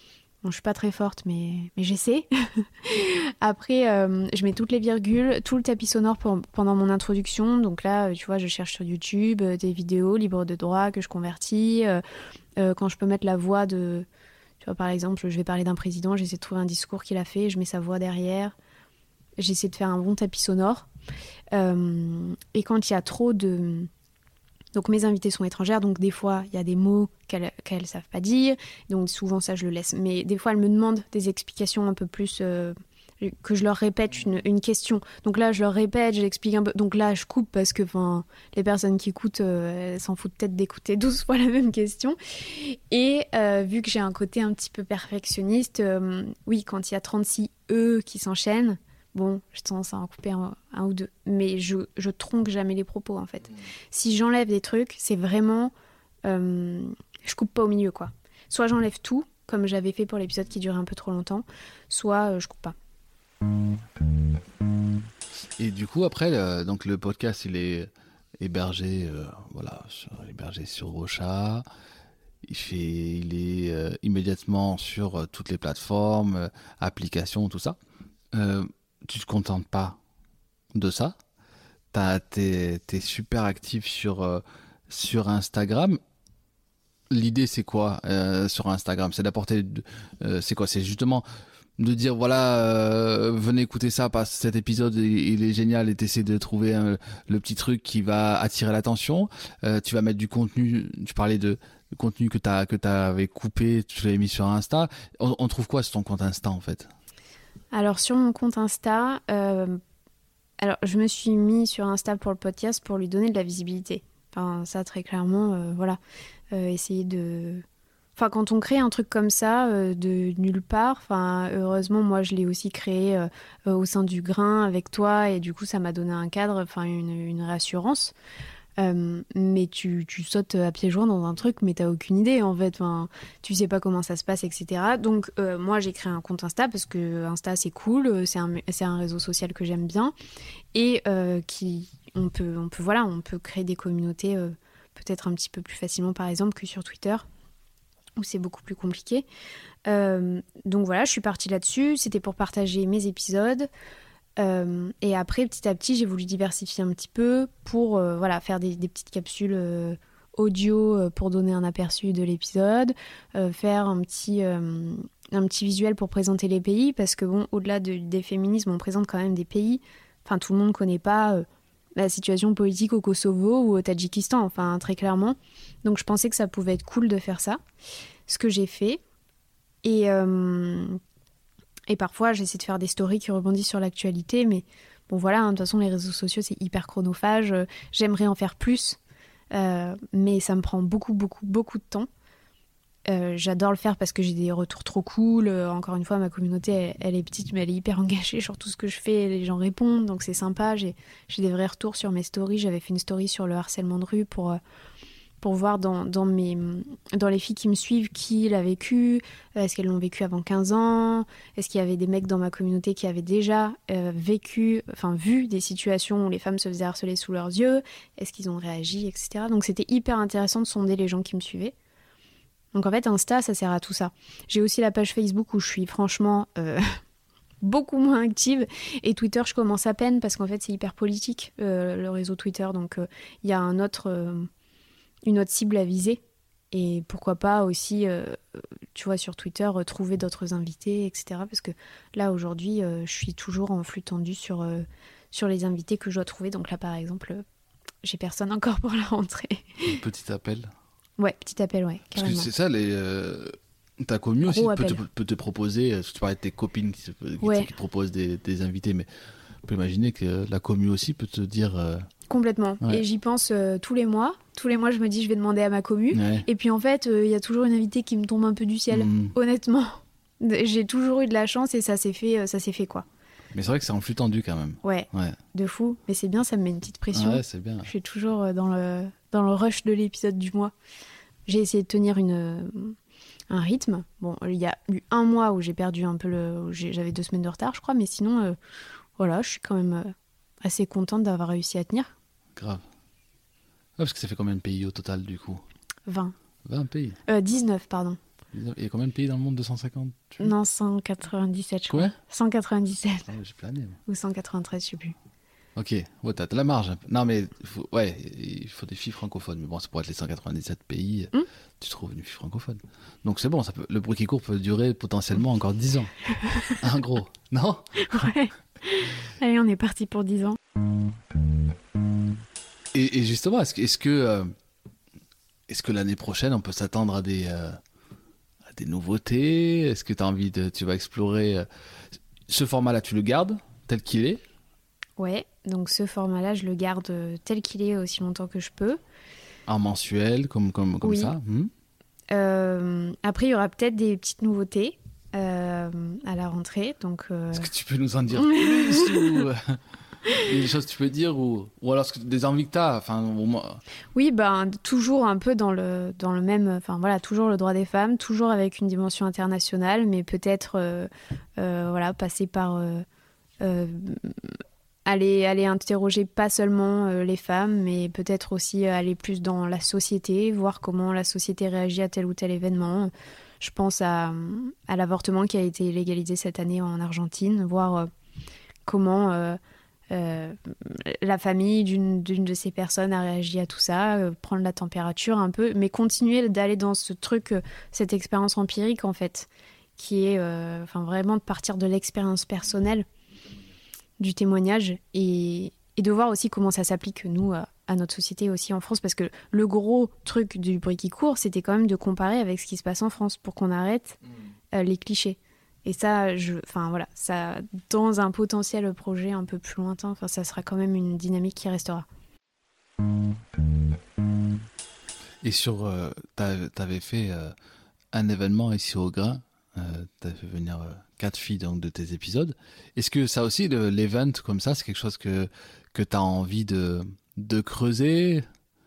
Bon, je suis pas très forte, mais, mais j'essaie. Après, euh, je mets toutes les virgules, tout le tapis sonore pour, pendant mon introduction. Donc là, tu vois, je cherche sur YouTube euh, des vidéos libres de droit que je convertis. Euh, euh, quand je peux mettre la voix de... Tu vois, par exemple, je vais parler d'un président, j'essaie de trouver un discours qu'il a fait, je mets sa voix derrière. J'essaie de faire un bon tapis sonore. Euh, et quand il y a trop de... Donc mes invités sont étrangères, donc des fois il y a des mots qu'elles qu'elles savent pas dire, donc souvent ça je le laisse. Mais des fois elles me demandent des explications un peu plus, euh, que je leur répète une, une question. Donc là je leur répète, j'explique un peu. Donc là je coupe parce que les personnes qui écoutent, euh, elles s'en foutent peut-être d'écouter douze fois la même question. Et euh, vu que j'ai un côté un petit peu perfectionniste, euh, oui, quand il y a trente-six E qui s'enchaînent, bon, j'ai tendance à en couper un, un ou deux. Mais je, je tronque jamais les propos, en fait. Si j'enlève des trucs, c'est vraiment... Euh, je coupe pas au milieu, quoi. Soit j'enlève tout, comme j'avais fait pour l'épisode qui durait un peu trop longtemps, soit euh, je coupe pas. Et du coup, après, le, donc le podcast, il est hébergé, euh, voilà, sur, hébergé sur Ocha. Il, fait, il est euh, immédiatement sur euh, toutes les plateformes, euh, applications, tout ça. Euh, tu te contentes pas de ça. T'es es super actif sur, euh, sur Instagram. L'idée, c'est quoi euh, sur Instagram? C'est d'apporter... Euh, c'est quoi? C'est justement de dire, voilà, euh, venez écouter ça, parce que cet épisode, il, il est génial, et t'essaies de trouver un, le petit truc qui va attirer l'attention. Euh, tu vas mettre du contenu, tu parlais de, de contenu que t'as, que t'avais coupé, tu l'avais mis sur Insta. On, on trouve quoi sur ton compte Insta, en fait? Alors, sur mon compte Insta, euh, alors, je me suis mis sur Insta pour le podcast pour lui donner de la visibilité. Enfin, ça, très clairement, euh, voilà. Euh, essayer de... Enfin, quand on crée un truc comme ça, euh, de nulle part, enfin, heureusement, moi, je l'ai aussi créé euh, euh, au sein du Grain avec toi, et du coup, ça m'a donné un cadre, enfin, une, une réassurance. Euh, mais tu, tu sautes à pieds joints dans un truc, mais t'as aucune idée en fait. Enfin, tu sais pas comment ça se passe, et cetera. Donc euh, moi j'ai créé un compte Insta parce que Insta c'est cool, c'est un, c'est un réseau social que j'aime bien et euh, qui on peut, on peut voilà, on peut créer des communautés euh, peut-être un petit peu plus facilement par exemple que sur Twitter où c'est beaucoup plus compliqué. Euh, donc voilà, je suis partie là-dessus. C'était pour partager mes épisodes. Euh, et après, petit à petit, j'ai voulu diversifier un petit peu pour euh, voilà, faire des, des petites capsules euh, audio euh, pour donner un aperçu de l'épisode, euh, faire un petit, euh, un petit visuel pour présenter les pays, parce que bon, au-delà de, des féminismes, on présente quand même des pays. Enfin, tout le monde ne connaît pas euh, la situation politique au Kosovo ou au Tadjikistan, enfin, très clairement. Donc, je pensais que ça pouvait être cool de faire ça, ce que j'ai fait. Et... Euh, Et parfois, j'essaie de faire des stories qui rebondissent sur l'actualité, mais bon voilà, hein, de toute façon, les réseaux sociaux, c'est hyper chronophage. Euh, j'aimerais en faire plus, euh, mais ça me prend beaucoup, beaucoup, beaucoup de temps. Euh, j'adore le faire parce que j'ai des retours trop cool. Euh, encore une fois, ma communauté, elle, elle est petite, mais elle est hyper engagée sur tout ce que je fais. Les gens répondent, donc c'est sympa. J'ai, j'ai des vrais retours sur mes stories. J'avais fait une story sur le harcèlement de rue pour... Euh, pour voir dans, dans, mes, dans les filles qui me suivent qui l'a vécu, est-ce qu'elles l'ont vécu avant quinze ans, est-ce qu'il y avait des mecs dans ma communauté qui avaient déjà euh, vécu, enfin vu des situations où les femmes se faisaient harceler sous leurs yeux, est-ce qu'ils ont réagi, et cetera. Donc c'était hyper intéressant de sonder les gens qui me suivaient. Donc en fait Insta, ça sert à tout ça. J'ai aussi la page Facebook où je suis franchement euh, beaucoup moins active, et Twitter je commence à peine parce qu'en fait c'est hyper politique euh, le réseau Twitter, donc il euh, y a un autre... Euh, une autre cible à viser, et pourquoi pas aussi euh, tu vois sur Twitter euh, trouver d'autres invités, etc. Parce que là aujourd'hui euh, je suis toujours en flux tendu sur, euh, sur les invités que je dois trouver. Donc là par exemple euh, j'ai personne encore pour la rentrée. Petit appel. Ouais, petit appel, ouais, carrément. Parce que c'est ça, les euh, ta commu aussi peut te, peut te proposer, tu parlais de tes copines qui, qui, ouais. qui te proposent des, des invités, mais on peut imaginer que la commu aussi peut te dire... Euh... Complètement. Ouais. Et j'y pense euh, tous les mois. Tous les mois, je me dis, je vais demander à ma commu. Ouais. Et puis en fait, il euh, y a toujours une invitée qui me tombe un peu du ciel. Mmh. Honnêtement, j'ai toujours eu de la chance et ça s'est fait, euh, ça s'est fait quoi. Mais c'est vrai que c'est en flux tendu quand même. Ouais. ouais. De fou. Mais c'est bien, ça me met une petite pression. Ouais, c'est bien. Je suis toujours euh, dans le dans le rush de l'épisode du mois. J'ai essayé de tenir une euh, un rythme. Bon, il y a eu un mois où j'ai perdu un peu le, j'avais deux semaines de retard, je crois. Mais sinon, euh, voilà, je suis quand même euh, assez contente d'avoir réussi à tenir. Grave. Ouais, parce que ça fait combien de pays au total, du coup? vingt. vingt pays. Euh, dix-neuf, pardon. Il y a combien de pays dans le monde? deux cent cinquante? Non, cent quatre-vingt-dix-sept, je crois. Ouais. cent quatre-vingt-dix-sept. Ah, j'ai plané. Moi. Ou cent quatre-vingt-treize, je sais plus. Ok, ouais, t'as de la marge. Non, mais faut, ouais, il faut des filles francophones. Mais bon, ça pourrait être les cent quatre-vingt-dix-sept pays. Mm. Tu trouves une fille francophone. Donc c'est bon, ça peut, le bruit qui court peut durer potentiellement encore dix ans. En gros, non? Ouais. Allez, on est parti pour dix ans. Et, et justement, est-ce que, est-ce que, euh, est-ce que l'année prochaine, on peut s'attendre à des, euh, à des nouveautés? Est-ce que tu as envie de, tu vas explorer euh, ce format-là, tu le gardes tel qu'il est? Ouais, donc ce format-là, je le garde tel qu'il est aussi longtemps que je peux. En mensuel, comme, comme, comme oui. ça hmm. euh, Après, il y aura peut-être des petites nouveautés euh, à la rentrée. Donc, euh... Est-ce que tu peux nous en dire plus ou... Il y a des choses que tu peux dire ou, ou alors des envies que tu as enfin, au moins... Oui, ben, toujours un peu dans le, dans le même... Enfin, voilà, toujours le droit des femmes, toujours avec une dimension internationale, mais peut-être euh, euh, voilà, passer par... Euh, euh, aller, aller interroger pas seulement euh, les femmes, mais peut-être aussi aller plus dans la société, voir comment la société réagit à tel ou tel événement. Je pense à, à l'avortement qui a été légalisé cette année en Argentine, voir euh, comment... Euh, Euh, la famille d'une, d'une de ces personnes a réagi à tout ça, euh, prendre la température un peu, mais continuer d'aller dans ce truc, euh, cette expérience empirique en fait, qui est euh, enfin, vraiment de partir de l'expérience personnelle, du témoignage, et, et de voir aussi comment ça s'applique nous à, à notre société aussi en France, parce que le gros truc du bruit qui court, c'était quand même de comparer avec ce qui se passe en France pour qu'on arrête euh, les clichés. Et ça, je, enfin voilà, ça, dans un potentiel projet un peu plus lointain, enfin, ça sera quand même une dynamique qui restera. Et sur, euh, t'avais fait euh, un événement ici au Grain, euh, t'avais fait venir euh, quatre filles donc, de tes épisodes. Est-ce que ça aussi, le, l'event comme ça, c'est quelque chose que, que t'as envie de, de creuser?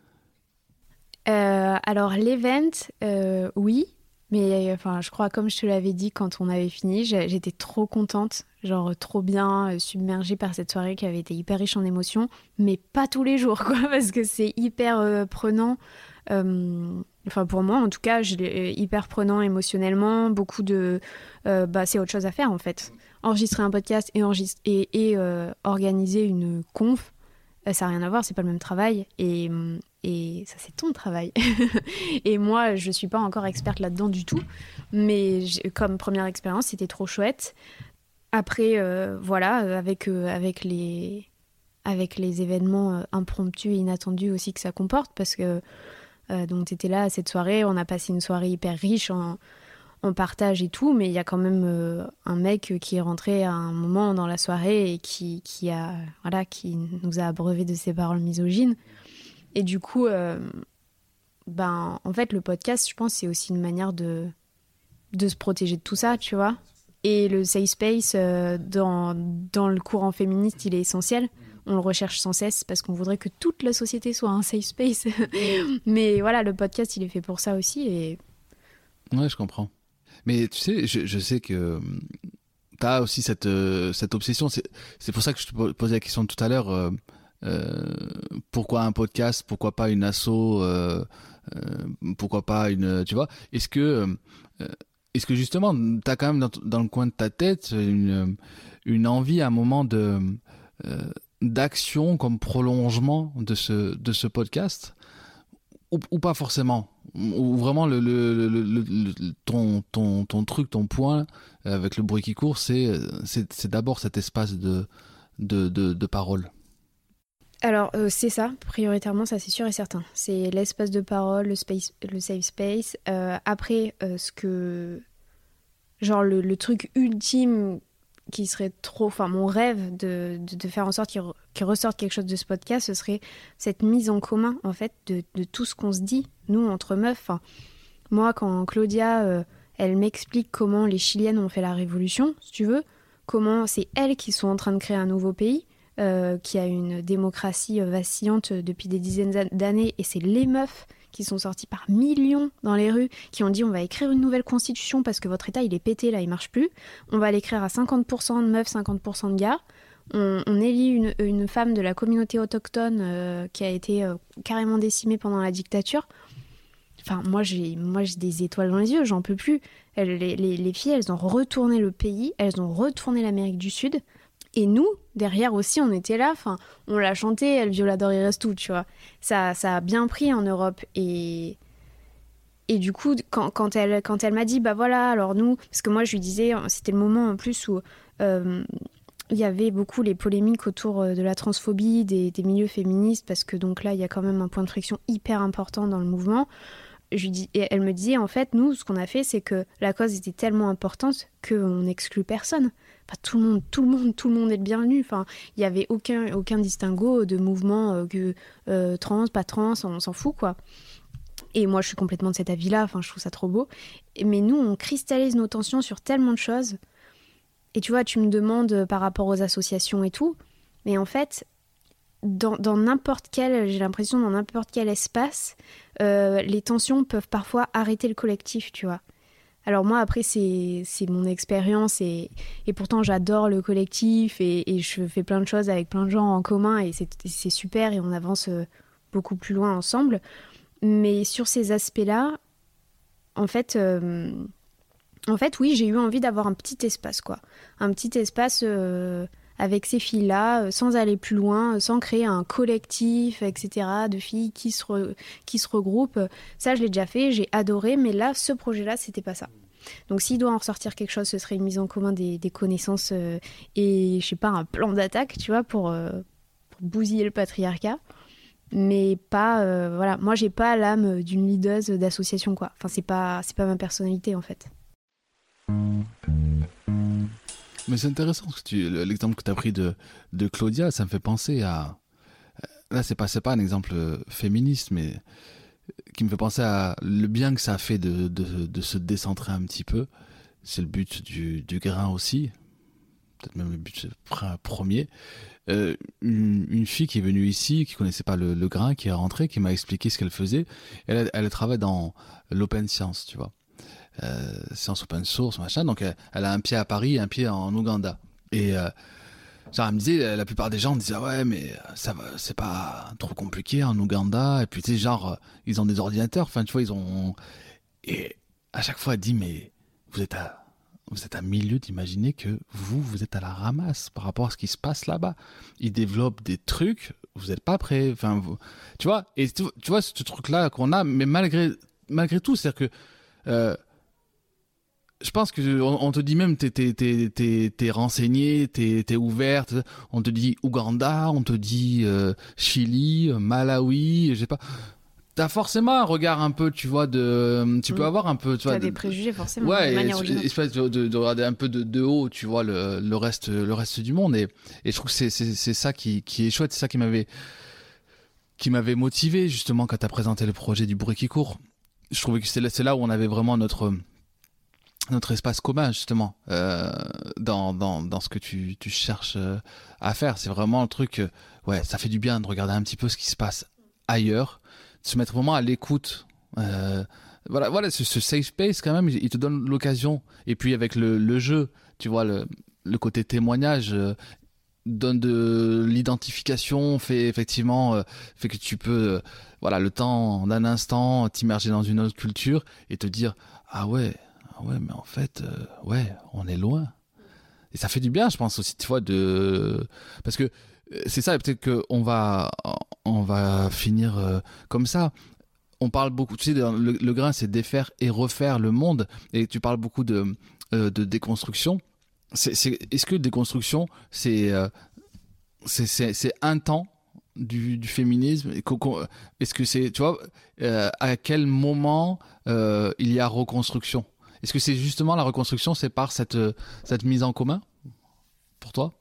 euh, Alors, l'event, euh, oui. Mais enfin, je crois, comme je te l'avais dit quand on avait fini, j'étais trop contente, genre trop bien submergée par cette soirée qui avait été hyper riche en émotions, mais pas tous les jours, quoi, parce que c'est hyper euh, prenant. Euh, enfin, pour moi, en tout cas, je l'ai hyper prenant émotionnellement. Beaucoup de, euh, bah, c'est autre chose à faire en fait. Enregistrer un podcast et, enregistre, et, et euh, organiser une conf, ça n'a rien à voir, c'est pas le même travail. Et Et ça, c'est ton travail. Et moi, je ne suis pas encore experte là-dedans du tout. Mais comme première expérience, c'était trop chouette. Après, euh, voilà, avec, euh, avec, les, avec les événements euh, impromptus et inattendus aussi que ça comporte. Parce que euh, tu étais là à cette soirée, on a passé une soirée hyper riche en, en partage et tout. Mais il y a quand même euh, un mec qui est rentré à un moment dans la soirée et qui, qui, a, voilà, qui nous a abreuvé de ses paroles misogynes. Et du coup, euh, ben, en fait, le podcast, je pense, c'est aussi une manière de, de se protéger de tout ça, tu vois. Et le safe space, euh, dans, dans le courant féministe, il est essentiel. On le recherche sans cesse parce qu'on voudrait que toute la société soit un safe space. Mais voilà, le podcast, il est fait pour ça aussi. Et... Ouais, je comprends. Mais tu sais, je, je sais que tu as aussi cette, euh, cette obsession. C'est, c'est pour ça que je te posais la question tout à l'heure. Euh, Euh, pourquoi un podcast, pourquoi pas une asso, euh, euh, pourquoi pas une, tu vois, est-ce que euh, est-ce que justement t'as quand même dans, dans le coin de ta tête une, une envie à un moment de euh, d'action comme prolongement de ce de ce podcast ou, ou pas forcément, ou vraiment le, le, le, le, le ton ton ton truc, ton point avec le bruit qui court, c'est c'est, c'est d'abord cet espace de de de, de parole. Alors, euh, c'est ça, prioritairement, ça c'est sûr et certain. C'est l'espace de parole, le, space, le safe space. Euh, après, euh, ce que... Genre, le, le truc ultime qui serait trop... Enfin, mon rêve de, de, de faire en sorte qu'il, re, qu'il ressorte quelque chose de ce podcast, ce serait cette mise en commun, en fait, de, de tout ce qu'on se dit, nous, entre meufs. Enfin, moi, quand Claudia, euh, elle m'explique comment les Chiliennes ont fait la révolution, si tu veux, comment c'est elles qui sont en train de créer un nouveau pays, Euh, qui a une démocratie vacillante depuis des dizaines d'années, et c'est les meufs qui sont sorties par millions dans les rues, qui ont dit on va écrire une nouvelle constitution parce que votre état il est pété là, il marche plus, on va l'écrire à cinquante pour cent de meufs, cinquante pour cent de gars, on, on élit une, une femme de la communauté autochtone euh, qui a été euh, carrément décimée pendant la dictature. Enfin, moi j'ai, moi, j'ai des étoiles dans les yeux, j'en peux plus. Elles, les, les, les filles, elles ont retourné le pays, elles ont retourné l'Amérique du Sud. Et nous, derrière aussi, on était là. Enfin, on l'a chanté, El Violador y Restu, tu vois. Ça, ça a bien pris en Europe. Et, et du coup, quand, quand, elle, quand elle m'a dit, bah voilà, alors nous... Parce que moi, je lui disais, c'était le moment en plus où... Euh, il y avait beaucoup les polémiques autour de la transphobie, des, des milieux féministes, parce que donc là, il y a quand même un point de friction hyper important dans le mouvement. Je lui dis, et elle me disait, en fait, nous, ce qu'on a fait, c'est que la cause était tellement importante qu'on n'exclut personne. Enfin, tout le monde, tout le monde, tout le monde est le bienvenu. Enfin, il n'y avait aucun, aucun distinguo de mouvement euh, que euh, trans, pas trans, on s'en fout, quoi. Et moi, je suis complètement de cet avis-là. Enfin, je trouve ça trop beau. Mais nous, on cristallise nos tensions sur tellement de choses. Et tu vois, tu me demandes par rapport aux associations et tout. Mais en fait, dans, dans n'importe quel, j'ai l'impression, dans n'importe quel espace, euh, les tensions peuvent parfois arrêter le collectif, tu vois. Alors moi, après, c'est, c'est mon expérience et, et pourtant, j'adore le collectif et, et je fais plein de choses avec plein de gens en commun et c'est, c'est super et on avance beaucoup plus loin ensemble. Mais sur ces aspects-là, en fait... Euh, En fait, oui, j'ai eu envie d'avoir un petit espace, quoi. Un petit espace euh, avec ces filles-là, euh, sans aller plus loin, euh, sans créer un collectif, et cetera, de filles qui se, re- qui se regroupent. Ça, je l'ai déjà fait, j'ai adoré, mais là, ce projet-là, c'était pas ça. Donc, s'il doit en ressortir quelque chose, ce serait une mise en commun des, des connaissances euh, et, je sais pas, un plan d'attaque, tu vois, pour, euh, pour bousiller le patriarcat. Mais pas... Euh, voilà, moi, j'ai pas l'âme d'une leaduse d'association, quoi. Enfin, c'est pas, c'est pas ma personnalité, en fait. Mais c'est intéressant parce que tu, l'exemple que tu as pris de, de Claudia, ça me fait penser à. Là, c'est pas, c'est pas un exemple féministe, mais qui me fait penser à le bien que ça a fait de, de, de se décentrer un petit peu. C'est le but du, du grain aussi, peut-être même le but premier. Euh, une, une fille qui est venue ici, qui connaissait pas le, le grain, qui est rentrée, qui m'a expliqué ce qu'elle faisait. Elle, elle travaille dans l'open science, tu vois. Euh, science open source, machin. Donc, elle, elle a un pied à Paris et un pied en Ouganda. Et euh, genre, elle me disait, la plupart des gens me disaient, ah ouais, mais ça va, c'est pas trop compliqué en Ouganda. Et puis, tu sais, genre, ils ont des ordinateurs. Enfin, tu vois, ils ont. Et à chaque fois, elle dit, mais vous êtes à, vous êtes à milieu d'imaginer que vous, vous êtes à la ramasse par rapport à ce qui se passe là-bas. Ils développent des trucs, vous n'êtes pas prêts. Enfin, vous, tu vois, et tu, tu vois, ce truc-là qu'on a, mais malgré, malgré tout, c'est-à-dire que. Euh, Je pense que on, on te dit même t'es t'es t'es t'es, t'es renseigné, t'es t'es ouverte. On te dit Ouganda, on te dit euh, Chili, Malawi, je sais pas. T'as forcément un regard un peu, tu vois, de. Tu peux Mmh. avoir un peu, tu vois. T'as de, des préjugés forcément. Ouais, De manière et, originale. espèce de, de, de regarder un peu de, de haut, tu vois, le, le reste le reste du monde. Et, et je trouve que c'est c'est c'est ça qui qui est chouette, c'est ça qui m'avait qui m'avait motivé justement quand t'as présenté le projet du bruit qui court. Je trouvais que c'est là, c'est là où on avait vraiment notre notre espace commun justement euh, dans, dans, dans ce que tu, tu cherches euh, à faire. C'est vraiment le truc, euh, ouais, ça fait du bien de regarder un petit peu ce qui se passe ailleurs, de se mettre vraiment à l'écoute. Euh, voilà, voilà ce, ce safe space quand même, il te donne l'occasion. Et puis avec le, le jeu, tu vois, le, le côté témoignage euh, donne de l'identification, fait effectivement, euh, fait que tu peux, euh, voilà, le temps d'un instant, t'immerger dans une autre culture et te dire, ah ouais, ouais, mais en fait, euh, ouais, on est loin. Et ça fait du bien, je pense aussi, tu vois, de... Parce que euh, c'est ça, peut-être qu'on va, on va finir euh, comme ça. On parle beaucoup, tu sais, le, le grain, c'est défaire et refaire le monde. Et tu parles beaucoup de, euh, de déconstruction. C'est, c'est, est-ce que déconstruction, c'est, euh, c'est, c'est, c'est un temps du, du féminisme? Est-ce que c'est, tu vois, euh, à quel moment euh, il y a reconstruction? Est-ce que c'est justement la reconstruction, c'est par cette, cette mise en commun pour toi?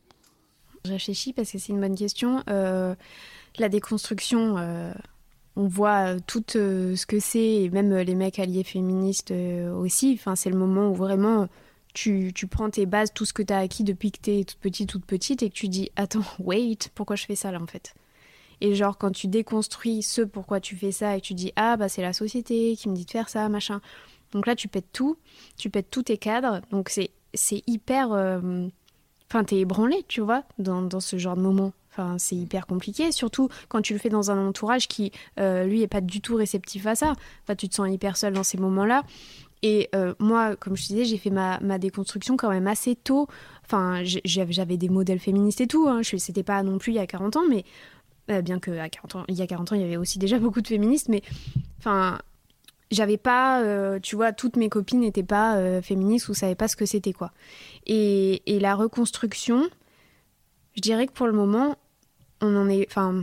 Je réfléchis parce que c'est une bonne question. Euh, la déconstruction, euh, on voit tout euh, ce que c'est, et même les mecs alliés féministes euh, aussi. Enfin, c'est le moment où vraiment tu, tu prends tes bases, tout ce que tu as acquis depuis que tu es toute petite, toute petite, et que tu dis « Attends, wait, pourquoi je fais ça là en fait ?» Et genre, quand tu déconstruis ce pourquoi tu fais ça et que tu dis « Ah, bah c'est la société qui me dit de faire ça, machin », donc là, tu pètes tout, tu pètes tous tes cadres. Donc c'est, c'est hyper... Enfin, euh... t'es ébranlé, tu vois, dans, dans ce genre de moment. Enfin, c'est hyper compliqué, surtout quand tu le fais dans un entourage qui, euh, lui, est pas du tout réceptif à ça. Enfin, tu te sens hyper seule dans ces moments-là. Et euh, moi, comme je te disais, j'ai fait ma, ma déconstruction quand même assez tôt. Enfin, j'avais des modèles féministes et tout. Hein. Je, c'était pas non plus il y a quarante ans, mais euh, bien qu'à quarante ans, il y a quarante ans, il y avait aussi déjà beaucoup de féministes. Mais enfin, j'avais pas, euh, tu vois, toutes mes copines n'étaient pas euh, féministes ou savaient pas ce que c'était, quoi. Et, et la reconstruction, je dirais que pour le moment, on en est... Enfin,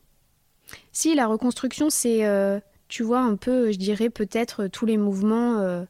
si, la reconstruction, c'est... Euh, tu vois, un peu, je dirais peut-être tous les mouvements euh,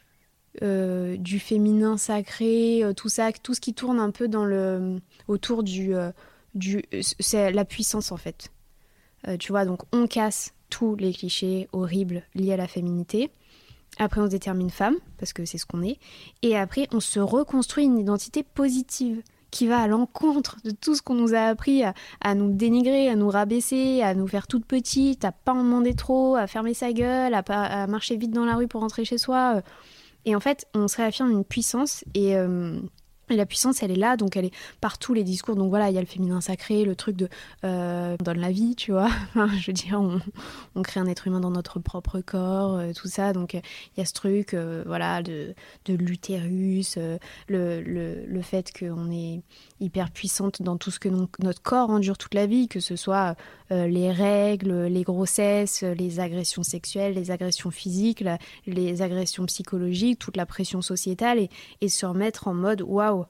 euh, du féminin sacré, euh, tout ça, tout ce qui tourne un peu dans le, autour du... Euh, du c'est la puissance, en fait. Euh, tu vois, donc on casse tous les clichés horribles liés à la féminité. Après, on se détermine femme, parce que c'est ce qu'on est. Et après, on se reconstruit une identité positive qui va à l'encontre de tout ce qu'on nous a appris à, à nous dénigrer, à nous rabaisser, à nous faire toutes petites, à pas en demander trop, à fermer sa gueule, à, pas, à marcher vite dans la rue pour rentrer chez soi. Et en fait, on se réaffirme une puissance et... Euh, Et la puissance, elle est là, donc elle est partout, les discours. Donc voilà, il y a le féminin sacré, le truc de euh, on donne la vie, tu vois. Enfin, je veux dire, on, on crée un être humain dans notre propre corps, euh, tout ça. Donc il euh, y a ce truc, euh, voilà, de, de l'utérus, euh, le, le, le fait qu'on est hyper puissante dans tout ce que non, notre corps endure toute la vie, que ce soit euh, les règles, les grossesses, les agressions sexuelles, les agressions physiques, la, les agressions psychologiques, toute la pression sociétale, et, et se remettre en mode waouh.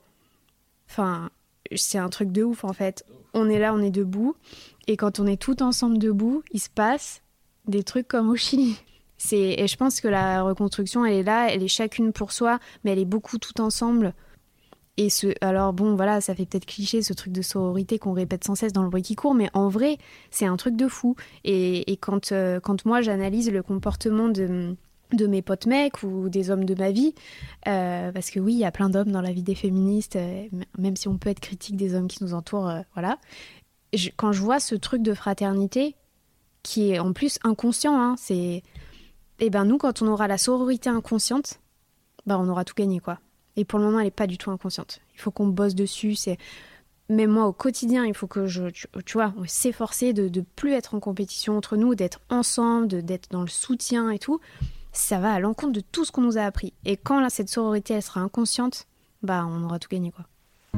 Enfin, c'est un truc de ouf en fait. On est là, on est debout, et quand on est tout ensemble debout, il se passe des trucs comme au Chili. C'est, et je pense que la reconstruction, elle est là, elle est chacune pour soi, mais elle est beaucoup tout ensemble. Et ce, alors bon, voilà, ça fait peut-être cliché, ce truc de sororité qu'on répète sans cesse dans le bruit qui court, mais en vrai, c'est un truc de fou. Et, et quand, euh, quand moi, j'analyse le comportement de... de mes potes mecs ou des hommes de ma vie, euh, parce que oui, il y a plein d'hommes dans la vie des féministes, euh, même si on peut être critique des hommes qui nous entourent, euh, voilà. Je, quand je vois ce truc de fraternité, qui est en plus inconscient, hein, c'est... Eh ben nous, quand on aura la sororité inconsciente, ben on aura tout gagné, quoi. Et pour le moment, elle n'est pas du tout inconsciente. Il faut qu'on bosse dessus, c'est... Même moi, au quotidien, il faut que je, tu, tu vois, s'efforcer de ne plus être en compétition entre nous, d'être ensemble, de, d'être dans le soutien et tout. Ça va à l'encontre de tout ce qu'on nous a appris. Et quand là, cette sororité, elle sera inconsciente, bah, on aura tout gagné, quoi.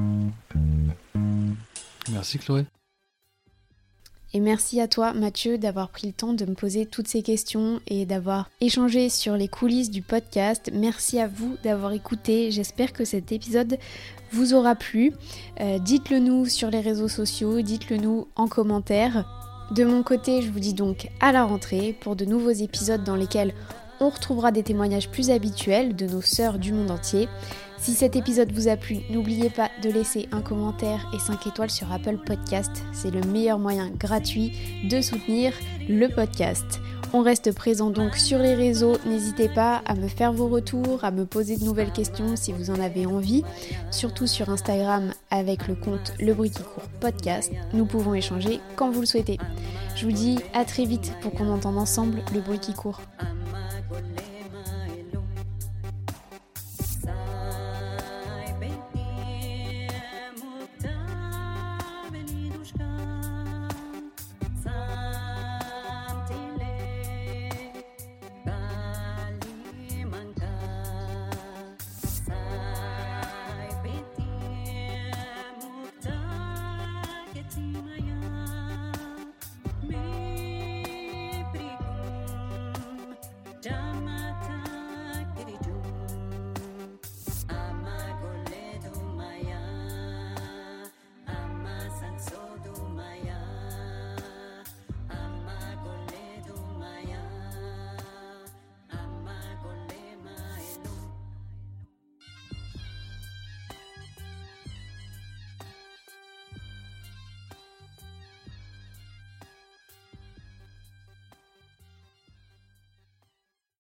Merci Chloé. Et merci à toi, Mathieu, d'avoir pris le temps de me poser toutes ces questions et d'avoir échangé sur les coulisses du podcast. Merci à vous d'avoir écouté. J'espère que cet épisode vous aura plu. Euh, dites-le nous sur les réseaux sociaux, dites-le nous en commentaire. De mon côté, je vous dis donc à la rentrée pour de nouveaux épisodes dans lesquels on retrouvera des témoignages plus habituels de nos sœurs du monde entier. Si cet épisode vous a plu, n'oubliez pas de laisser un commentaire et cinq étoiles sur Apple Podcast. C'est le meilleur moyen gratuit de soutenir le podcast. On reste présent donc sur les réseaux. N'hésitez pas à me faire vos retours, à me poser de nouvelles questions si vous en avez envie. Surtout sur Instagram avec le compte Le Bruit qui court podcast. Nous pouvons échanger quand vous le souhaitez. Je vous dis à très vite pour qu'on entende ensemble le bruit qui court.